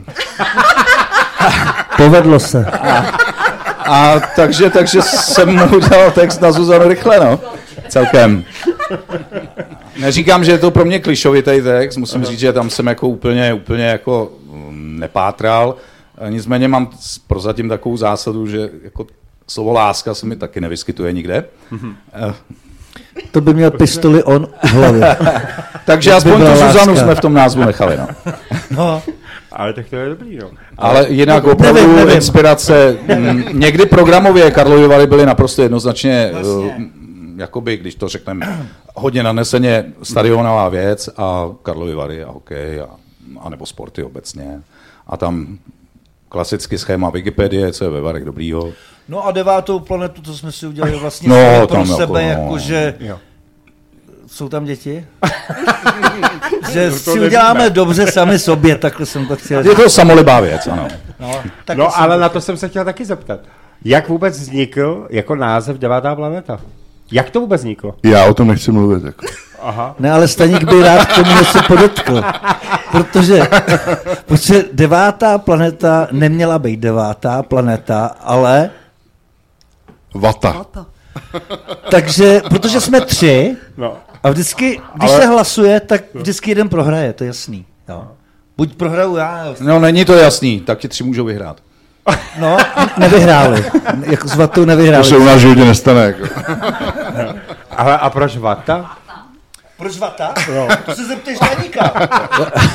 Povedlo se. A, a takže, takže jsem mu udělal text na Zuzanu rychle, no. Celkem. Neříkám, že je to pro mě klišovitý text, musím říct, že tam jsem jako úplně, úplně jako nepátral. Nicméně mám prozatím takovou zásadu, že jako slovo láska se mi taky nevyskytuje nikde. Mm-hmm. To by měl pistoli on v hlavě. Takže aspoň tu Zuzanu jsme v tom názvu nechali, no. No. Ale tak to je dobrý, no. Ale jinak opravdu nevím, nevím. inspirace, m, někdy programově Karlovy Vary byly naprosto jednoznačně, uh, jakoby, když to řekneme, hodně naneseně stadionová věc a Karlovy Vary a hokej a, a nebo sporty obecně. A tam klasicky schéma Wikipedie, co je ve Varech dobrýho. No a devátou planetu, to jsme si udělali vlastně no, pro sebe, jako, jakože... No. Jsou tam děti? Že si uděláme dobře sami sobě, takhle jsem to chtěl říct. Je to samolibá věc, ano. No, no ale na to jsem se chtěl taky zeptat. Jak vůbec vznikl jako název Devátá planeta? Jak to vůbec vzniklo? Já o tom nechci mluvit. Jako. Aha. Ne, ale Staník by rád k tomu něco podotkl. Protože, protože devátá planeta neměla být devátá planeta, ale... Vata. Vata. Takže, protože jsme tři, no. A vždycky, když ale... se hlasuje, tak vždycky jeden prohraje, to je jasný. Jo. Buď prohraju já. No není to jasný, tak ti tři můžou vyhrát. No, nevyhráli. Jako s Vatou nevyhráli. To se u nás životě nestane. Jako. Ale a proč Vata? Proč Vata? No. To se zeptej Staníka.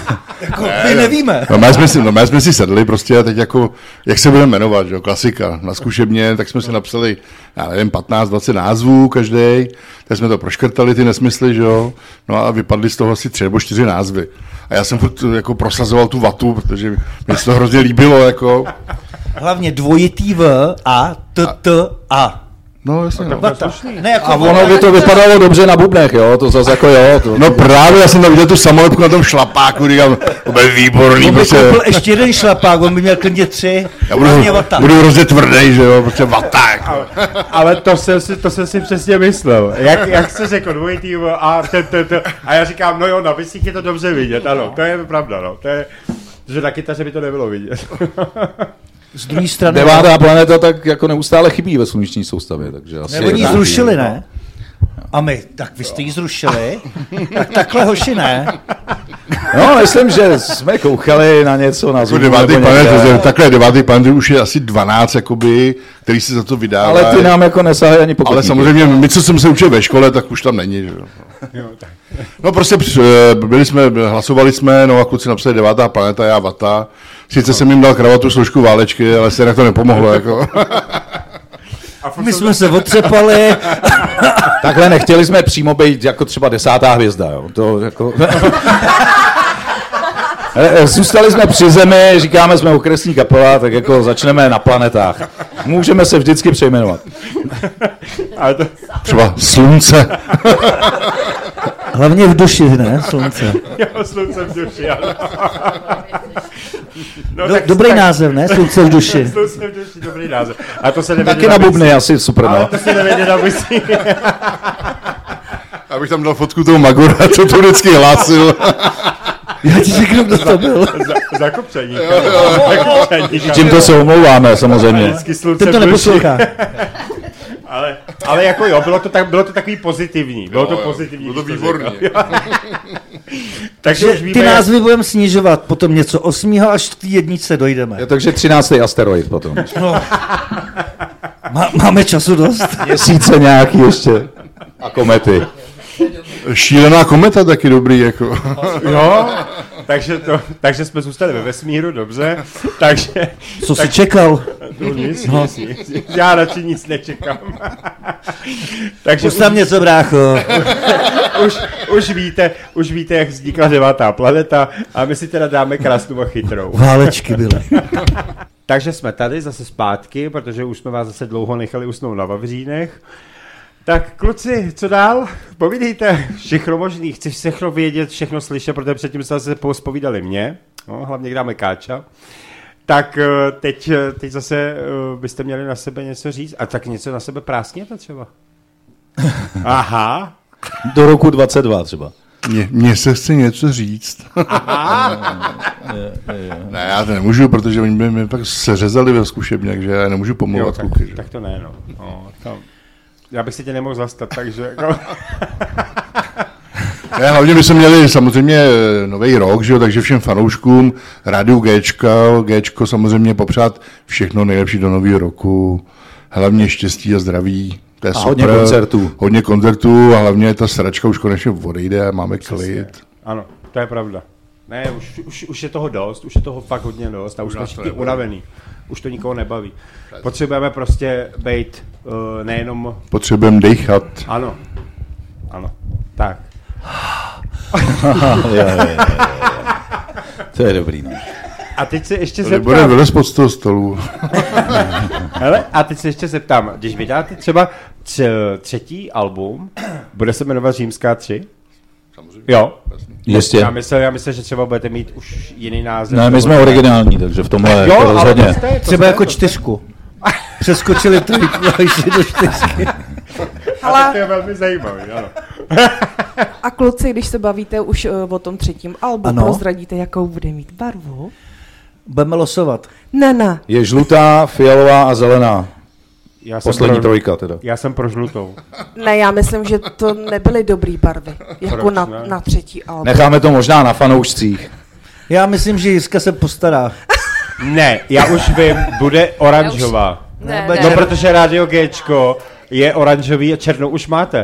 Jako, my nevíme. No, my jsme si, no, my jsme si sedli prostě a teď jako, jak se budeme jmenovat, že jo, klasika. Na zkušebně, tak jsme si napsali, já nevím, patnáct dvacet názvů každý, tak jsme to proškrtali, ty nesmysly, že jo, no a vypadly z toho asi tři nebo čtyři názvy. A já jsem furt jako prosazoval tu vatu, protože mi se to hrozně líbilo, jako. Hlavně dvojitý V a T T A. No, jasně, no. Ne, jako A ono by to vypadalo dobře na bubnech, jo, to zase jako jo. To, no právě, já jsem tam viděl tu samolepku na tom šlapáku, říkám, to bude výborný. On by prostě. koupil ještě jeden šlapák, on by měl klidně tři. Já budu, budu hrozně tvrdý, že jo, prostě vaták. Ale, ale to, jsem si, to jsem si přesně myslel. Jak, jak jsi řekl, dvojitý V a t, t, t, a já říkám, no jo, na vysích je to dobře vidět, ano, to je pravda, no, to je, že na kytaře by to nebylo vidět. Z druhé strany... Devátá planeta tak jako neustále chybí ve sluneční soustavě, takže asi... Nebo ji zrušili, ne? A my, tak vy jste ji zrušili? Tak takhle, hoši, ne? No, myslím, že jsme koukali na něco na Zoomu. Devátý planet, takhle devátý planet už je asi dvanáct, jakoby, který se za to vydává. Ale ty nám jako nesahají ani pokud. Ale samozřejmě, my, co jsem se učil ve škole, tak už tam není, že jo. No prostě byli jsme, hlasovali jsme, no a kluci napsali devátá planeta, já vata. Sice jsem jim dal kravatu, složku válečky, ale se to nepomohlo, jako. My jsme se otřepali. Takhle nechtěli jsme přímo být jako třeba desátá hvězda, jo. To jako... Zůstali jsme při zemi, říkáme, jsme okresní kapela, tak jako začneme na planetách. Můžeme se vždycky přejmenovat. Ale to... Třeba slunce. Hlavně v duši, ne? Slunce. Jo, slunce v duši, ano. No, Do, dobrý tak... název, ne? Slunce v duši. Slunce v duši, dobrý název. A to se nevěděl taky na bubny, asi super, no. Ale to se nevěděl na bubny. Abych tam dal fotku toho Magora, co to vždycky hlásil. Já ti řeknu, kdo to byl. Zakopčaníka. Čím to se omlouváme, samozřejmě. Ten to neposlouchá. Ale, ale jako jo, bylo to, tak, bylo to takový pozitivní. Bylo to pozitivní. Bylo to výborný. Takže už víme, ty názvy budeme snižovat, potom něco osmého až k té jedničce dojdeme. Jo, takže třináctý asteroid potom. No. Má, máme času dost? Měsíce nějaký ještě. A komety. Šílená kometa taky dobrý, jako. Jo, takže, to, takže jsme zůstali ve vesmíru, dobře. Takže, co tak, jsi čekal? No, nic, no. nic, nic, já radši nic nečekám. Takže už tam něco, brácho. už, už, víte, už víte, jak vznikla devátá planeta a my si teda dáme krásnou a chytrou. Válečky byly. Takže jsme tady zase zpátky, protože už jsme vás zase dlouho nechali usnout na Vavřínech. Tak kluci, co dál? Povídejte, všechno možný, chceš všechno vědět, všechno slyšet, protože předtím jste se pospovídali mě, no, hlavně když dáme Káča. Tak teď, teď zase byste měli na sebe něco říct, a tak něco na sebe prásněte třeba. Aha. Do roku dvacet dva třeba. Mně, mně se chce něco říct. Ne, já to nemůžu, protože oni by mě pak seřezali ve zkušebně, takže já nemůžu pomlouvat kluky. Tak to ne, no. no to... Já bych si tě nemohl zastat, takže jako... Ne, hlavně by jsme měli samozřejmě nový rok, že jo, takže všem fanouškům rádiu Géčko, Géčko samozřejmě popřát všechno nejlepší do nového roku, hlavně štěstí a zdraví. To je a super. Hodně koncertů. Hodně koncertů a hlavně ta sračka už konečně odejde a máme klid. Ano, to je pravda. Ne, už, už, už je toho dost, už je toho fakt hodně dost a už jsme všichni unavený. Už to nikoho nebaví. Potřebujeme prostě být uh, nejenom... Potřebujeme dejchat. Ano, ano, tak. jo, jo, jo, jo. To je dobrý, ne? A teď se ještě to zeptám... Bude vylez pod toho stolu. Hele, a teď se ještě zeptám, když vydáte třeba třetí album, bude se jmenovat Římská tři? Samozřejmě. Jo. Jistě. Já myslel, já myslel, že třeba budete mít už jiný název. Ne, my jsme originální, takže v tomhle jo, to rozhodně. To jste, to třeba jste, jako čtyřku. Přeskočili trojku a šli do čtyřky. Ale to je velmi zajímavý, ano. A kluci, když se bavíte už uh, o tom třetím albu, ano. Prozradíte, jakou bude mít barvu? Budeme losovat. Ne, ne. Je žlutá, fialová a zelená. Já Poslední pro, trojka teda. Já jsem pro žlutou. Ne, já myslím, že to nebyly dobrý barvy, jako na, na třetí album. Necháme to možná na fanoušcích. Já myslím, že Jiska se postará. Ne, já už vím, bude oranžová. Ne, no, ne. protože Radio Géčko je oranžový a černou už máte.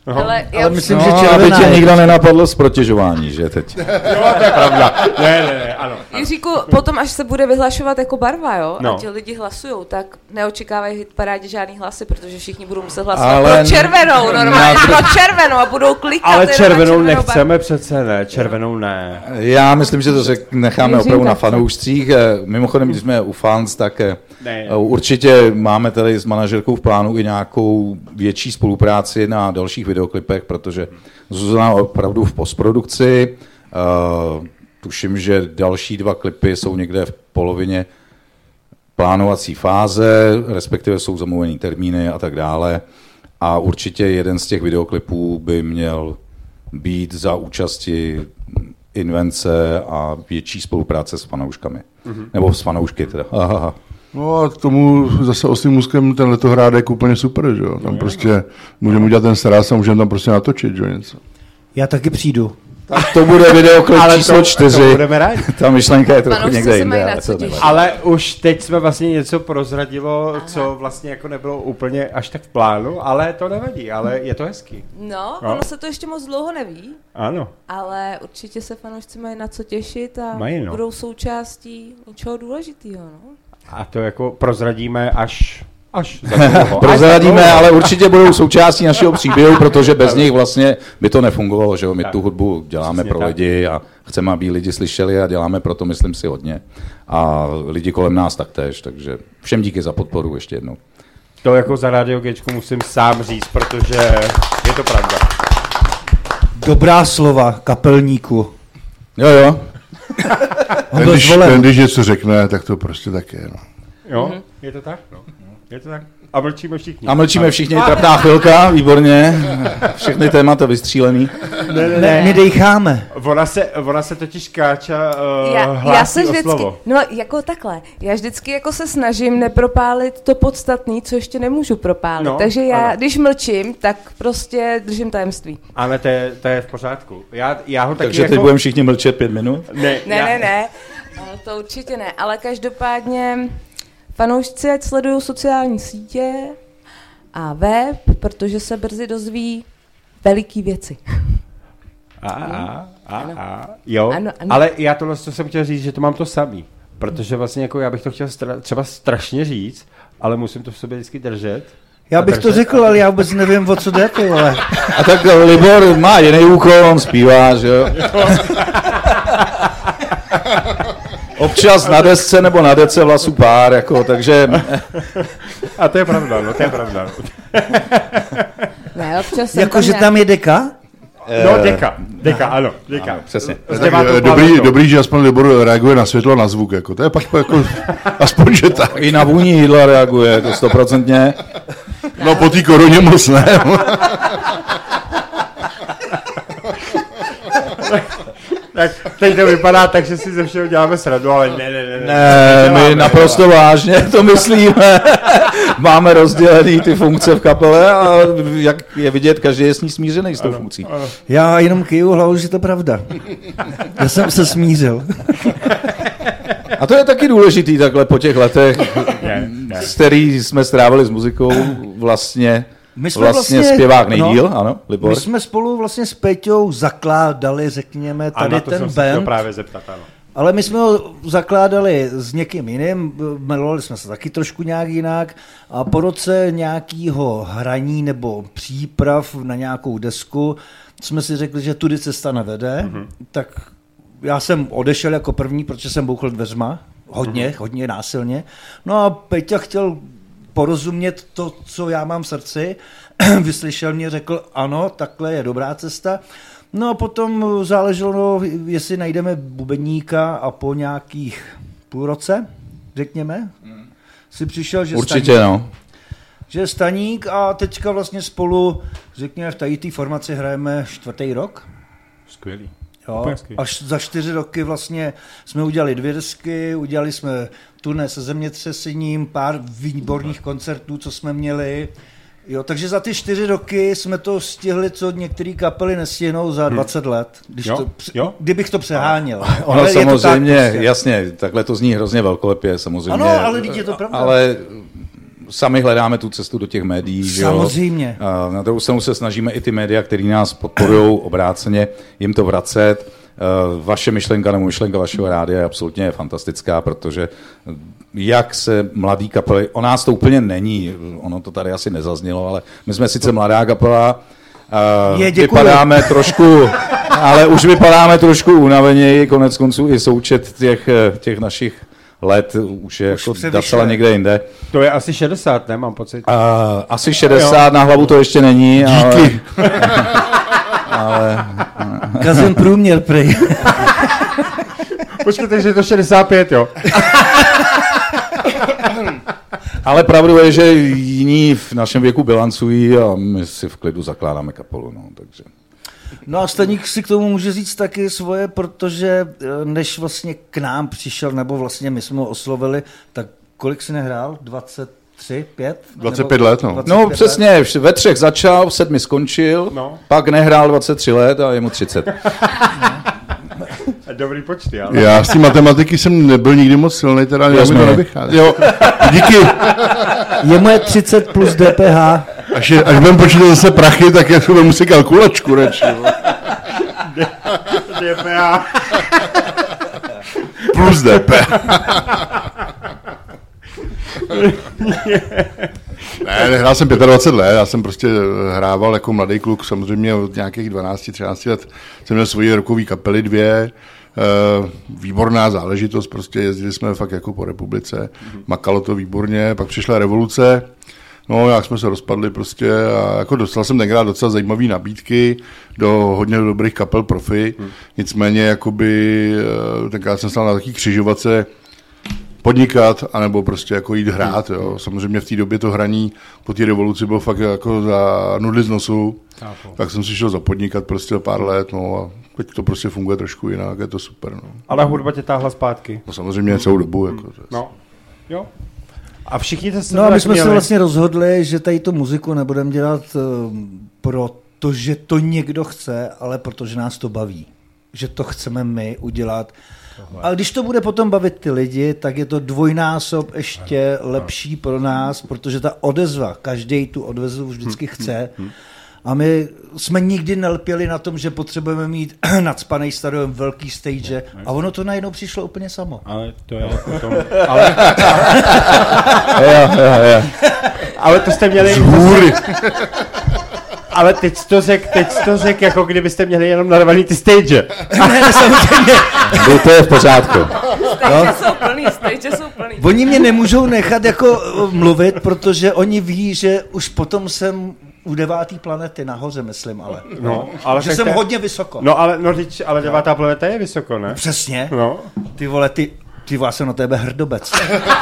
Ale, já Ale už... myslím, No, že aby červená tě je. nikdo nenapadl z protěžování, že teď. Jo, to je pravda. Ne, ne, ne, ano. Jiříku, potom, až se bude vyhlašovat jako barva, jo, No. a ti lidi hlasujou, tak neočekávají hitparádě žádný hlasy, protože všichni budou muset hlasovat Ale pro červenou, normálně na- pro červenou a budou klikat. Ale jenom na červenou červenou nechceme přece, ne, červenou ne. Já myslím, že to řek, necháme Věřím opravdu na tak. fanoušcích. Eh, Mimochodem, když jsme u fans, tak eh, Ne. eh, určitě máme tady s manažerkou v plánu i nějakou větší spolupráci na dalších videoklipech, protože Zuzana opravdu v postprodukci. Uh, tuším, že další dva klipy jsou někde v polovině plánovací fáze, respektive jsou zamluvený termíny a tak dále. A určitě jeden z těch videoklipů by měl být za účasti Invence a větší spolupráce s fanouškami. Mm-hmm. Nebo s fanoušky teda. Aha. No a k tomu zase Oslým můstkem ten letohrádek úplně super, že jo. Tam prostě můžeme udělat ten sraz a můžeme tam prostě natočit, že jo, něco. Já taky přijdu. Tak to bude videoklip Ale číslo to- čtyři. to budeme rádi. Ta myšlenka je trochu Fanoušci někde se jinde, mají na ale co to těšit. nevadí. Ale už teď jsme vlastně něco prozradilo, Aha. co vlastně jako nebylo úplně až tak v plánu, ale to nevadí, ale je to hezký. No, No. ono se to ještě moc dlouho neví, Ano. ale určitě se fanoušci mají na co těšit a Mají, no. budou součástí něčeho důležitého, no. A to jako prozradíme až, až za dlouho. Prozradíme, Až za ale dlouho. určitě budou součástí našeho příběhu, protože bez nich vlastně by to nefungovalo, že jo? My tu hudbu děláme Přesně pro tak. lidi a chceme, aby lidi slyšeli a děláme proto, myslím si, hodně. A lidi kolem nás taktéž, takže všem díky za podporu ještě jednou. To jako za Radio Gčku musím sám říct, protože je to pravda. Dobrá slova kapelníku. Jo, jo. Ten byl když, zvolen. ten, když něco řekne, tak to prostě tak je. No. Jo, mm-hmm. je to tak? No. Je to tak? A mlčíme všichni. A mlčíme všichni, trapná chvilka, výborně. Všechny témata vystřílený. Ne, ne, Ne, my dejcháme. Ona se, ona se totiž Káča uh, Já, hlásí já se o vždycky, slovo. no jako takhle, já vždycky jako se snažím nepropálit to podstatné, co ještě nemůžu propálit, No, takže já, ano. když mlčím, tak prostě držím tajemství. Ale to je, to je v pořádku. Já, já ho taky Takže jako... teď budeme všichni mlčet pět minut. Ne, Ne, já... ne, ne, ale to určitě ne, ale každopádně fanoušci ať sledují sociální sítě a web, protože se brzy dozví veliký věci. A, a, a, a, jo, Ano, ano. ale já tohle co jsem chtěl říct, že to mám to samý. Protože vlastně jako já bych to chtěl stra- třeba strašně říct, ale musím to v sobě vždycky držet. Já bych to držet řekl, a- ale já vůbec nevím, o co jde, ty vole. A tak Libor má jiný úkol, on zpívá, že jo? Občas na desce nebo na dece vlasu pár, jako, takže... A to je pravda, no to je pravda. Ne, občas jsem Jakože nějak- tam je deka? No, deka, deka, ano, deka. Ano, přesně. S Tak, devátou eh, dobrý, planetou. dobrý, že aspoň Libor reaguje na světlo a na zvuk. Jako. To je pak jako, aspoň, že tak. I na vůni jídla reaguje, to stoprocentně. No po té koroně moc ne. Tak teď to vypadá tak, že si ze všeho děláme srandu, ale ne, ne, ne. Ne, my Neděláme, naprosto vážně to myslíme. Máme rozdělený ty funkce v kapele a jak je vidět, každý je s ní smířený s tou funkcí. Já jenom kyju hlavu, že to je pravda. Já jsem se smířil. A to je taky důležitý takhle po těch letech, Ne, ne. s který jsme strávili s muzikou vlastně, My jsme vlastně vlastně- zpěvák nejdíl, no. ano, Libor. My jsme spolu vlastně s Peťou zakládali, řekněme, A tady na to ten jsem se chtěl band. právě zeptat, ano. Ale my jsme ho zakládali s někým jiným, jmenovali jsme se taky trošku nějak jinak a po roce nějakého hraní nebo příprav na nějakou desku jsme si řekli, že tudy cesta nevede, mm-hmm. tak já jsem odešel jako první, protože jsem bouchl dveřma, hodně, mm-hmm. hodně násilně. No a Peťa chtěl porozumět to, co já mám v srdci, vyslyšel mě, řekl ano, takhle je dobrá cesta. No a potom záleželo, jestli najdeme bubeníka a po nějakých půl roce, řekněme, si přišel, že Určitě, Staník, no. že je Staník a teďka vlastně spolu, řekněme, v té formaci hrajeme čtvrtý rok. Skvělý. Jo, Úplně skvělý. až za čtyři roky vlastně jsme udělali dvě desky, udělali jsme turné se zemětřesením, pár výborných koncertů, co jsme měli. Jo, takže za ty čtyři roky jsme to stihli, co některé kapely nestihnou za dvacet let, když Jo, to, pře- jo. kdybych to přeháněl. Ono Ale je to tak samozřejmě, prostě. jasně, takhle to zní hrozně velkolepě, samozřejmě. Ano, ale teď je to pravda. Ale sami hledáme tu cestu do těch médií. Samozřejmě. Jo? Na druhou stranu se snažíme i ty média, které nás podporují obráceně, jim to vracet. Vaše myšlenka nebo myšlenka vašeho rádia je absolutně fantastická, protože jak se mladý kapely, o nás to úplně není, ono to tady asi nezaznělo, ale my jsme sice mladá kapela, je, vypadáme trošku, ale už vypadáme trošku unaveněji, konec konců i součet těch, těch našich let už je už jako docela někde jinde. To je asi šedesát, ne? Mám pocit. Uh, asi šedesát, jo. Na hlavu to ještě není. Díky. Ale... Kazem průměr, prej. Počkej, takže je to šedesát pět, jo? Ale pravdou je, že jiní v našem věku bilancují a my si v klidu zakládáme kapelu, no, takže... No a Staník si k tomu může říct taky svoje, protože než vlastně k nám přišel, nebo vlastně my jsme ho oslovili, tak kolik si nehrál? dvacet tři, pět? dvacet pět let, no. No přesně, let? Ve třech začal, v sedmi skončil, no. Pak nehrál dvacet tři let a je mu třicet. Dobrý počty, ale... Já z té matematiky jsem nebyl nikdy moc silný, teda já mi to nevychází. Jo, díky. Je moje třicet plus D P H. Až, je, až budeme počítat zase prachy, tak já budeme muset kalkulačku reč. D P H. Plus D P H. Ne, nehrál jsem dvacet pět let, já jsem prostě hrával jako mladý kluk, samozřejmě od nějakých dvanáct třináct let jsem měl svoji rokový kapely dvě, výborná záležitost, prostě jezdili jsme fakt jako po republice, makalo to výborně, pak přišla revoluce, no jak jsme se rozpadli prostě a jako dostal jsem tenkrát docela zajímavý nabídky do hodně dobrých kapel profi, nicméně jakoby tenkrát jsem stál na taký křižovatce podnikat, anebo prostě jako jít hrát, jo. Samozřejmě v té době to hraní po té revoluci bylo fakt jako za nudli z nosu, tak jsem si šel zapodnikat prostě pár let, no a teď to prostě funguje trošku jinak, je to super, no. Ale hudba tě táhla zpátky. No samozřejmě celou dobu, jako. No, jo. A všichni to No a my jsme měli. se vlastně rozhodli, že tady tu muziku nebudeme dělat uh, protože to někdo chce, ale protože nás to baví. Že to chceme my udělat. Ale když to bude potom bavit ty lidi, tak je to dvojnásob ještě lepší pro nás, protože ta odezva, každý tu odezvu vždycky chce. A my jsme nikdy nelpěli na tom, že potřebujeme mít nacpanej stadion, velký stage, a ono to najednou přišlo úplně samo. Ale to je potom... Ale, jo, jo, jo. ale to jste měli... Zhůry. Ale teď to řek, teď to řek, jako kdybyste měli jenom narvaný ty stage. Ne, ne, samozřejmě. No, to je v pořádku. Stage no. jsou plný, stage jsou plný. Oni mě nemůžou nechat jako mluvit, protože oni ví, že už potom jsem u devátý planety nahoře, myslím, ale. No, ale že jsem te... hodně vysoko. No, ale, no, teď, ale devátá planeta je vysoko, ne? Přesně. No. Ty vole, ty, ty vole, jsem na tebe hrdobec.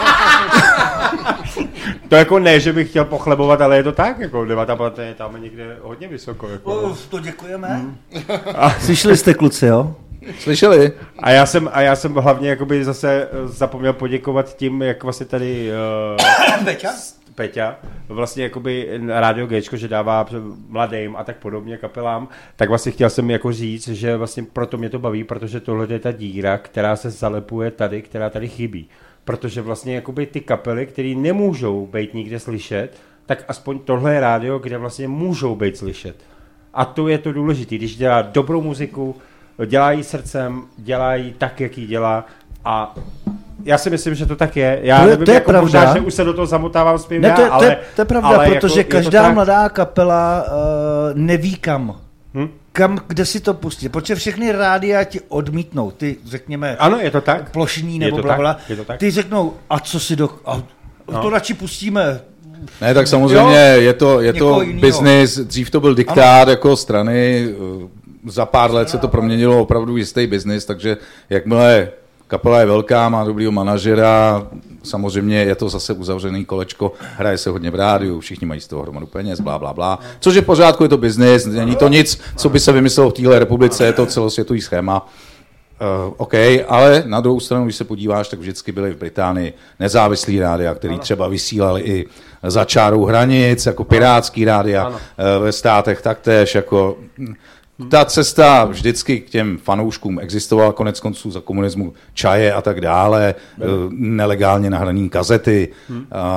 To jako ne, že bych chtěl pochlebovat, ale je to tak, jako devátá planeta je tam někde hodně vysoko. Jako. O, to děkujeme. Hmm. A... Slyšeli jste, kluci, jo? Slyšeli. A já jsem, a já jsem hlavně jakoby zase zapomněl poděkovat tím, jak vlastně tady uh, Peťa? Peťa, vlastně jakoby Rádio Géčko, že dává mladým a tak podobně kapelám, tak vlastně chtěl jsem jako říct, že vlastně proto mě to baví, protože tohle je ta díra, která se zalepuje tady, která tady chybí. Protože vlastně jakoby ty kapely, které nemůžou být nikde slyšet, tak aspoň tohle je rádio, kde vlastně můžou být slyšet. A to je to důležité, když dělá dobrou muziku, dělá ji srdcem, dělá ji tak, jak ji dělá, a já si myslím, že to tak je. Já to je, nevím, to je jako pravda. Možná, že už se do toho zamotávám zpět ne, to, já, ale... To je, to je pravda, ale protože jako, každá mladá kapela uh, neví kam. Hm? Kam, kde si to pustit, protože všechny rádia ti odmítnou, ty řekněme... Ano, je to tak. Plošní nebo blabla. Ty řeknou, a co si do... A no. To radši pustíme... Ne, tak samozřejmě jo, je to, je to business, dřív to byl diktát ano. jako strany, za pár let se to proměnilo opravdu jistý business, takže jakmile kapela je velká, má dobrýho manažera, samozřejmě je to zase uzavřený kolečko, hraje se hodně v rádiu, všichni mají z toho hromadu peněz, blá, blá, blá. Což je v pořádku, je to business, není to nic, co by se vymyslelo v téhle republice, je to celosvětový schéma. Uh, OK, ale na druhou stranu, když se podíváš, tak vždycky byly v Británii nezávislý rádia, který třeba vysílali i za čárou hranic, jako pirátský rádia, uh, ve státech taktéž, jako... Ta cesta vždycky k těm fanouškům existovala, konec konců za komunismu čaje a tak dále, hmm. nelegálně nahraný kazety. Hmm. A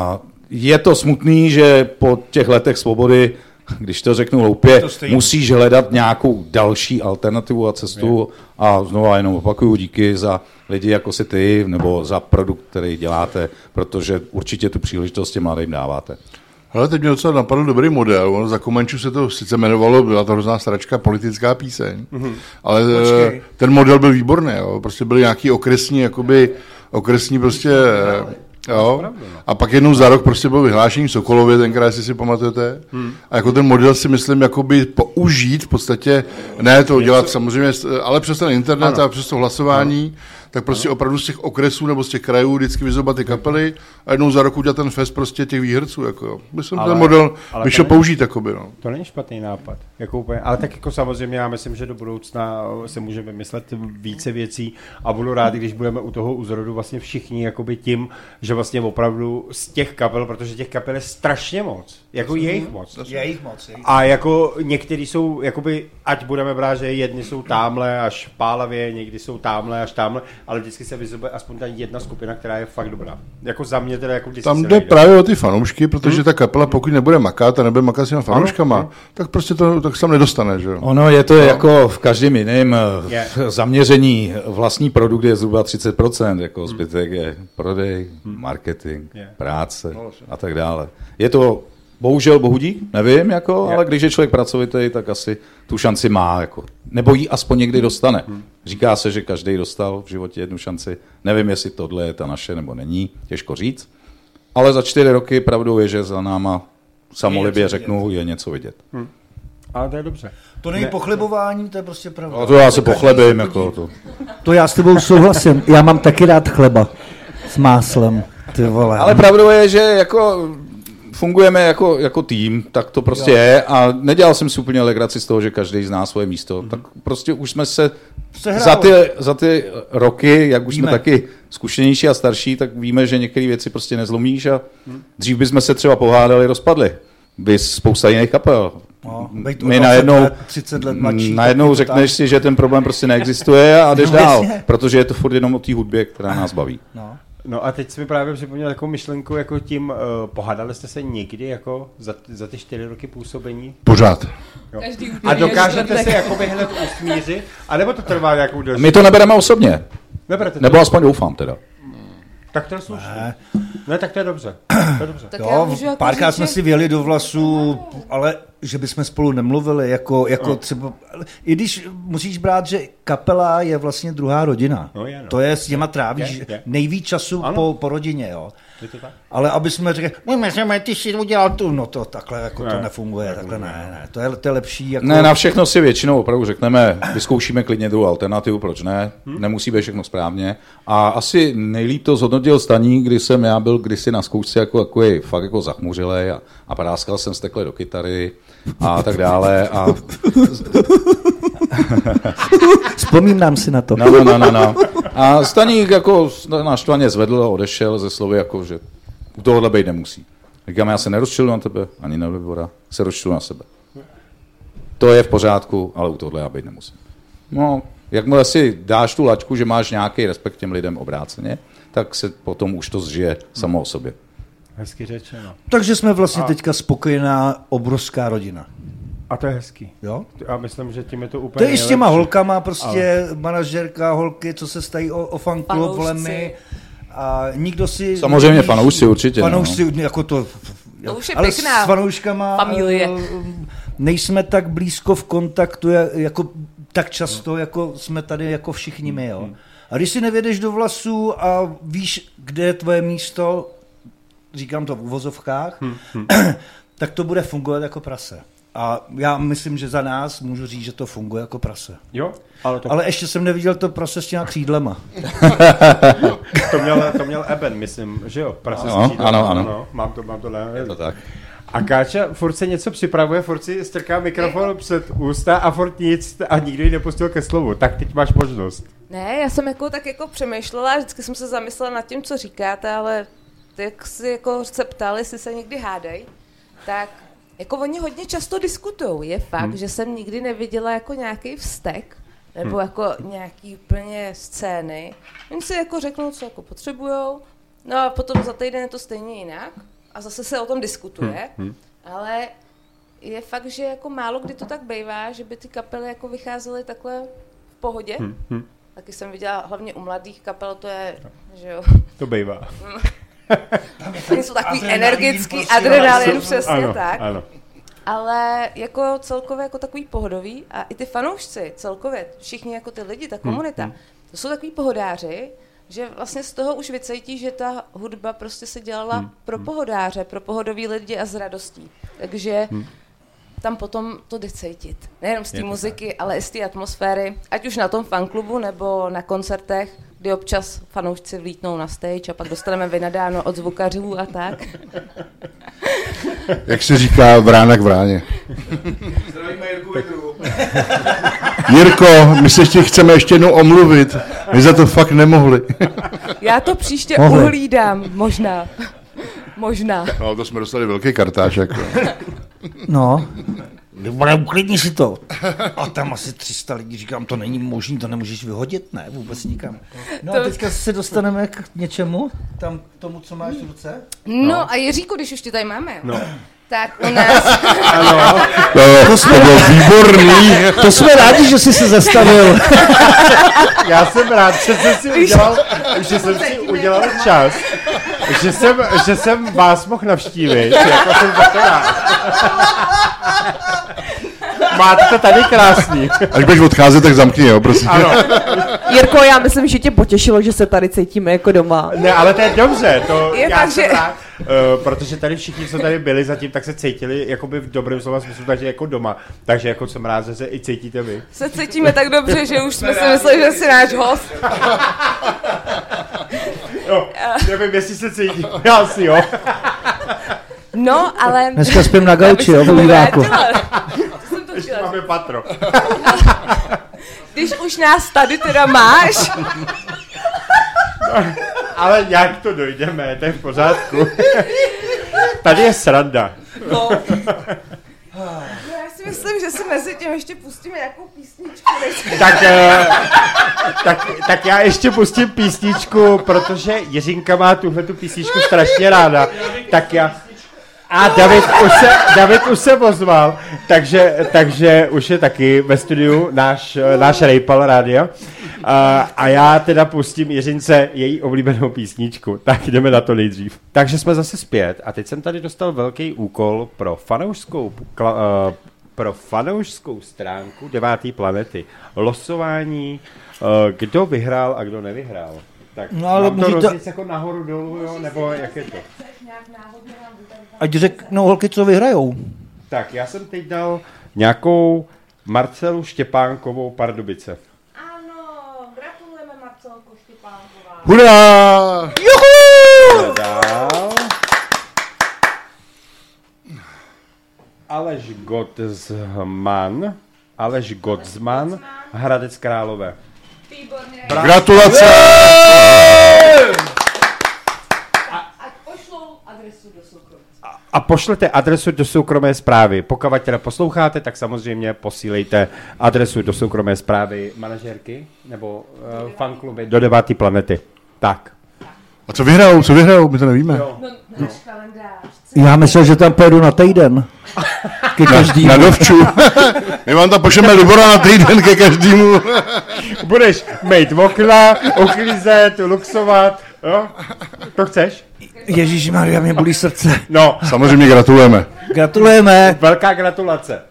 je to smutný, že po těch letech svobody, když to řeknu hloupě, musíš hledat nějakou další alternativu a cestu a znova jenom opakuju díky za lidi jako si ty, nebo za produkt, který děláte, protože určitě tu příležitost těm mladým dáváte. Ale teď mě docela napadl dobrý model. Ono za Komenčů se to sice jmenovalo, byla to hrozná sračka, politická píseň, mm-hmm. ale Počkej. ten model byl výborný. Jo. Prostě byly nějaký okresní, jakoby, okresní prostě... Jo. A pak jednou za rok prostě bylo vyhlášení v Sokolově, tenkrát, jestli si pamatujete. Hmm. A jako ten model si myslím, jakoby použít v podstatě, ne to dělat samozřejmě, ale přes ten internet ano. a přes to hlasování, ano. tak prostě ano. opravdu z těch okresů nebo z těch krajů vždycky vyzobat ty kapely a jednou za rok udělat ten fest prostě těch výherců. Jako, jo. Myslím, ale, ten model by šel použít. Jakoby, no. To není špatný nápad. Jako úplně, ale tak jako samozřejmě já myslím, že do budoucna se může vymyslet více věcí a budu rád, když budeme u toho úzrodu vlastně všichni jakoby tím, že vlastně opravdu z těch kapel, protože těch kapel je strašně moc. Jako je jich moc. Je jich moc. Je jich a jako některý jsou, jakoby, ať budeme brát, že jedni jsou támhle až pálavě, někdy jsou támhle až támhle, ale vždycky se vyzobuje aspoň ta jedna skupina, která je fakt dobrá. Jako za mě teda jako vždycky tam jde právě o ty fanoušky, protože hmm? ta kapela, pokud nebude makat a nebude makat s těma fanouškama, ano, tak prostě to tak se tam nedostane, že jo? Ono je to no. jako v každém jiném yeah. zaměření. Vlastní produkt je zhruba třicet procent, jako zbytek je prodej, marketing, yeah. práce no, a tak dále. Je to bohužel bohudík, nevím, jako, yeah. ale když je člověk pracovitý, tak asi tu šanci má, jako. Nebo ji aspoň někdy dostane. Hmm. Říká se, že každý dostal v životě jednu šanci. Nevím, jestli tohle je ta naše, nebo není, těžko říct. Ale za čtyři roky pravdou je, že za náma samolibě řeknu, je něco vidět. Hmm. Ale to je dobře. To není ne. pochlebování, to je prostě pravda. A to já se pochlebím. Jako to. to já s tebou souhlasím. Já mám taky rád chleba s máslem. Ty vole. Ale pravdou je, že jako fungujeme jako, jako tým, tak to prostě jo. je a nedělal jsem si úplně legraci z toho, že každý zná svoje místo, mm-hmm. tak prostě už jsme se za ty, za ty roky, jak už víme. jsme taky zkušenější a starší, tak víme, že některé věci prostě nezlomíš a dřív bychom se třeba pohádali, rozpadli. By spousta jiných kapel. No, My najednou, třicet let mladší, najednou řekneš si, že ten problém prostě neexistuje a jdeš no, dál, protože je to furt jenom o té hudbě, která nás baví. No. No a teď jsi mi právě připomněl takovou myšlenku, jako tím, uh, pohádali jste se někdy jako za, za ty čtyři roky působení? Pořád. Jo. A dokážete se jakoby hned usmířit? A nebo to trvá nějakou delší? My to nebereme osobně. Neberete to? Nebo aspoň doufám teda. Tak to je slušný. Ne. ne, tak to je dobře. To je dobře. Jo, jako párkrát jsme si věli do vlasů, ale že bychom spolu nemluvili, jako, jako no. třeba, i když musíš brát, že kapela je vlastně druhá rodina. No je, no. To je s těma trávíš je, je. nejvíc času po, po rodině, jo. Je to tak? Ale aby jsme řekli, my ty si udělal tu, no to takhle jako ne, to nefunguje, ne, takhle ne, ne, to je, to je lepší. Jako... Ne, na všechno si většinou opravdu řekneme, vyzkoušíme klidně druhou alternativu, proč ne, hmm? nemusí být všechno správně. A asi nejlíp to zhodnotil Staník, kdy jsem já byl kdysi na zkoušce jako, jako je, fakt jako zachmuřilej a, a práskal jsem stekle do kytary a tak dále. A... Vzpomínám si na to. No, no, no, no, no. A Staník jako naštvaně zvedl a odešel ze slovy, jako, že u tohohle být nemusí. Říkám, já se nerozčilu na tebe, ani na Libora, se rozčilu na sebe. To je v pořádku, ale u tohohle já být nemusím. No, jakmile si dáš tu laťku, že máš nějaký respekt těm lidem obráceně, tak se potom už to zžije samo o sobě. Hezky řečeno. Takže jsme vlastně a... teďka spokojená obrovská rodina. A to je hezký. Jo? Já myslím, že tím je to úplně To je i s těma holkama, prostě ale... manažerka, holky, co se stají o, o fanklub, volemy. A nikdo si... Samozřejmě fanoušci určitě. Fanoušci, no. jako to... To už je ale pěkná s fanouškama familie. Nejsme tak blízko v kontaktu, jako tak často, jako jsme tady jako všichni my, jo. A když si nevědeš do vlasů a víš, kde je tvoje místo, říkám to v uvozovkách, hmm, hmm. tak to bude fungovat jako prase. A já myslím, že za nás můžu říct, že to funguje jako prase. Jo, ale, to... ale ještě jsem neviděl to prase s těma křídlema. to, měl, to měl Eben, myslím, že jo? Prase no, s křídlema. Ano, ano. No, mám to, mám to ne. Je to tak. A Káča furt se něco připravuje, furt si strká mikrofon před ústa a furt nic a nikdo ji nepustil ke slovu. Tak teď máš možnost. Ne, já jsem jako tak jako přemýšlela, vždycky jsem se zamyslela nad tím, co říkáte, ale jak si jako se ptali, jestli se někdy hádej, tak jako oni hodně často diskutujou. Je fakt, hmm. že jsem nikdy neviděla jako nějaký vztek, nebo hmm. jako nějaký úplně scény. Oni si jako řeknou, co jako potřebujou, no a potom za týden je to stejně jinak. a zase se o tom diskutuje, Hmm, hmm. ale je fakt, že jako málo kdy to tak bývá, že by ty kapely jako vycházely takhle v pohodě. Hmm, hmm. Taky jsem viděla hlavně u mladých kapel, to je, že jo. To bývá. Oni jsou takový Adrenalin, energický, prostě, adrenalin, ano, přesně ano, tak. Ano. Ale jako celkově jako takový pohodový a i ty fanoušci celkově, všichni jako ty lidi, ta komunita, hmm. to jsou takový pohodáři, že vlastně z toho už vycítí, že ta hudba prostě se dělala Hmm. pro pohodáře, pro pohodový lidi a s radostí. Takže Hmm. tam potom to jde cítit. Nejenom z té Je to muziky, ale i z té atmosféry, ať už na tom fanklubu nebo na koncertech, kdy občas fanoušci vlítnou na stage a pak dostaneme vynadáno od zvukařů a tak. Jak se říká, vrána k vráně. Zdravíme Jirku Vidru. Jirko, my se ještě chceme ještě jednou omluvit. My za to fakt nemohli. Já to příště Mohli. uhlídám, možná. Možná. No, to jsme dostali velký kartáč. Jako. No, bude uklidni si to. A tam asi tři sta lidí, říkám, to není možný, to nemůžeš vyhodit, ne, vůbec nikam. No a To- teďka se dostaneme k něčemu, tam k tomu, co máš v ruce. No, no a Jiříku, když už tě tady máme, No. tak u nás... Ano. To, to, to bylo výborný. To jsme rádi, že jsi se zastavil. Já jsem rád, že jsem si udělal, že jsem si udělal čas, že jsem, že jsem vás mohl navštívit, jako jsem za to rád. Máte to tady krásný. Až budeš odcházet, tak zamkni, jo, prosím. Ano. Jirko, já myslím, že tě potěšilo, že se tady cítíme jako doma. Ne, ale to je dobře, to Je já fakt, jsem že- rád, uh, protože tady všichni, co tady byli zatím, tak se cítili jakoby v dobrém slova smyslu, takže jako doma. Takže jako jsem rád, že se i cítíte vy. Se cítíme tak dobře, že už jsme si mysleli, že jsi náš host. Jo, nevím, jestli se cítím, já si jo. No, ale... Dneska spím na gauči, jo, v obýváku. To jsem to Ještě chtěla. máme patro. Když už nás tady teda máš, Ale nějak to dojdeme, to je v pořádku. Tady je sranda. no. Já si myslím, že si mezi tím ještě pustíme nějakou písničku. než- Tak, eh, tak, tak já ještě pustím písničku, protože Jiřinka má tuhle tu písničku strašně ráda. Tak já... A David už se, David už se ozval, takže, takže už je taky ve studiu náš, náš Rejpal rádio. A, a já teda pustím Jiřince její oblíbenou písničku. Tak jdeme na to nejdřív. Takže jsme zase zpět a teď jsem tady dostal velký úkol pro fanoušskou, kla, uh, pro fanoušskou stránku Deváté planety. Losování, uh, kdo vyhrál a kdo nevyhrál. Tak No, ale mám to můžete- rozdělit jako nahoru dolů, jo, nebo jak je to? Ať řeknou holky, co vyhrajou. Tak, já jsem teď dal nějakou Marcelu Štěpánkovou Pardubice. Ano, gratulujeme Marcelko Štěpánková. Hurá! Dál. Aleš Gotzman, Aleš Gotzman, Hradec Králové. Výborně. Gratulace! Ať pošlou adresu do soukromí. A pošlete adresu do soukromé zprávy. Pokud teda posloucháte, tak samozřejmě posílejte adresu do soukromé zprávy manažerky nebo uh, fankluby do Deváté planety. Tak. A co vyhrajou, co vyhrajou, my to nevíme. Jo. No, náš kalendář. Já myslel, že tam pojedu na týden. Ke každému. Na dovču. My vám tam pošleme Libora na týden ke každému. Budeš mít okna, uklízet, luxovat, jo? To chceš? Ježíši Maria, mě bolí srdce. No, Samozřejmě gratulujeme. Gratulujeme. velká gratulace.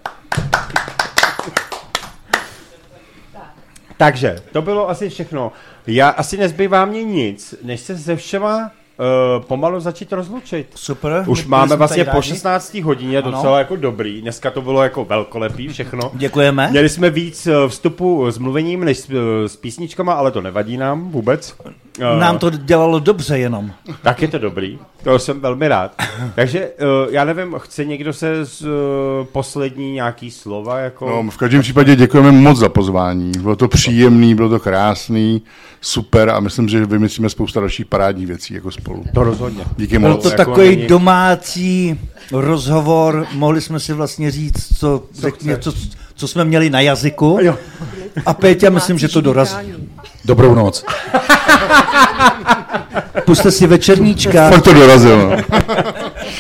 Takže, to bylo asi všechno. Já asi nezbývá mě nic, než se se všema uh, pomalu začít rozlučit. Super. Už byli máme jsme vlastně tady po rádi. šestnácté hodině, Ano. docela jako dobrý. Dneska to bylo jako velkolepý všechno. Děkujeme. Měli jsme víc eh, vstupu s mluvením než s, eh, s písničkama, ale to nevadí nám vůbec. Eh, Nám to dělalo dobře jenom. Tak je to dobrý, to jsem velmi rád. Takže uh, já nevím, chce někdo se z uh, poslední nějaký slova jako... No, v každém případě děkujeme moc za pozvání. Bylo to příjemný, bylo to krásný, super a myslím, že vymyslíme spousta dalších parádních věcí jako spolu. To rozhodně. Díky Byl moc. to jako takový není- domácí rozhovor, mohli jsme si vlastně říct, co, řekně, co, co jsme měli na jazyku. Jo. A Péťa, myslím, že to dorazí. Dobrou noc. Puste si večerníčka. Fakt to dorazil. No.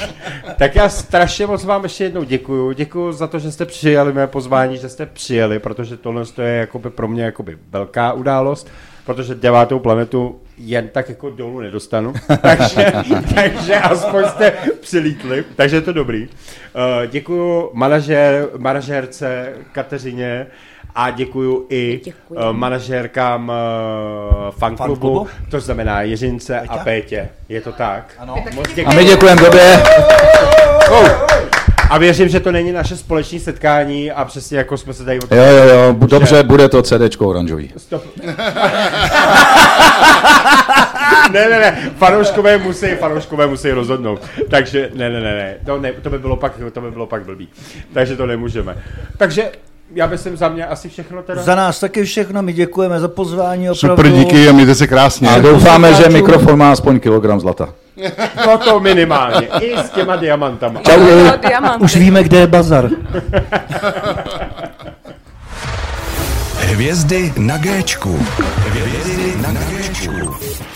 Tak já strašně moc vám ještě jednou děkuju. Děkuju za to, že jste přijali mé pozvání, že jste přijeli, protože tohle je jakoby pro mě jakoby velká událost, protože devátou planetu jen tak jako dolů nedostanu, takže, takže aspoň jste přilítli, takže je to dobrý. Uh, děkuju manažér, manažérce Kateřině a děkuju i uh, manažérkám uh, fanklubu, to znamená Jiřince a Pétě. Je to tak? Ano. A my děkujeme tobě. Oh. A věřím, že to není naše společné setkání a přesně jako jsme se tady... Jo, jo, jo, dobře, že... bude to CDčko oranžový. Stop. ne, ne, ne, fanouškové musí, fanouškové musí rozhodnout. Takže, ne, ne, ne, ne, to, ne, to by bylo pak, to by bylo pak blbý. Takže to nemůžeme. Takže já myslím za mě asi všechno teda. Za nás taky všechno, my děkujeme za pozvání. Opravdu. Super, díky a mějte se krásně. A doufáme, že mikrofon má aspoň kilogram zlata. No to minimálně, i s těma diamantama. Čau. Už víme, kde je bazar. Hvězdy na Géčku. Hvězdy na Géčku.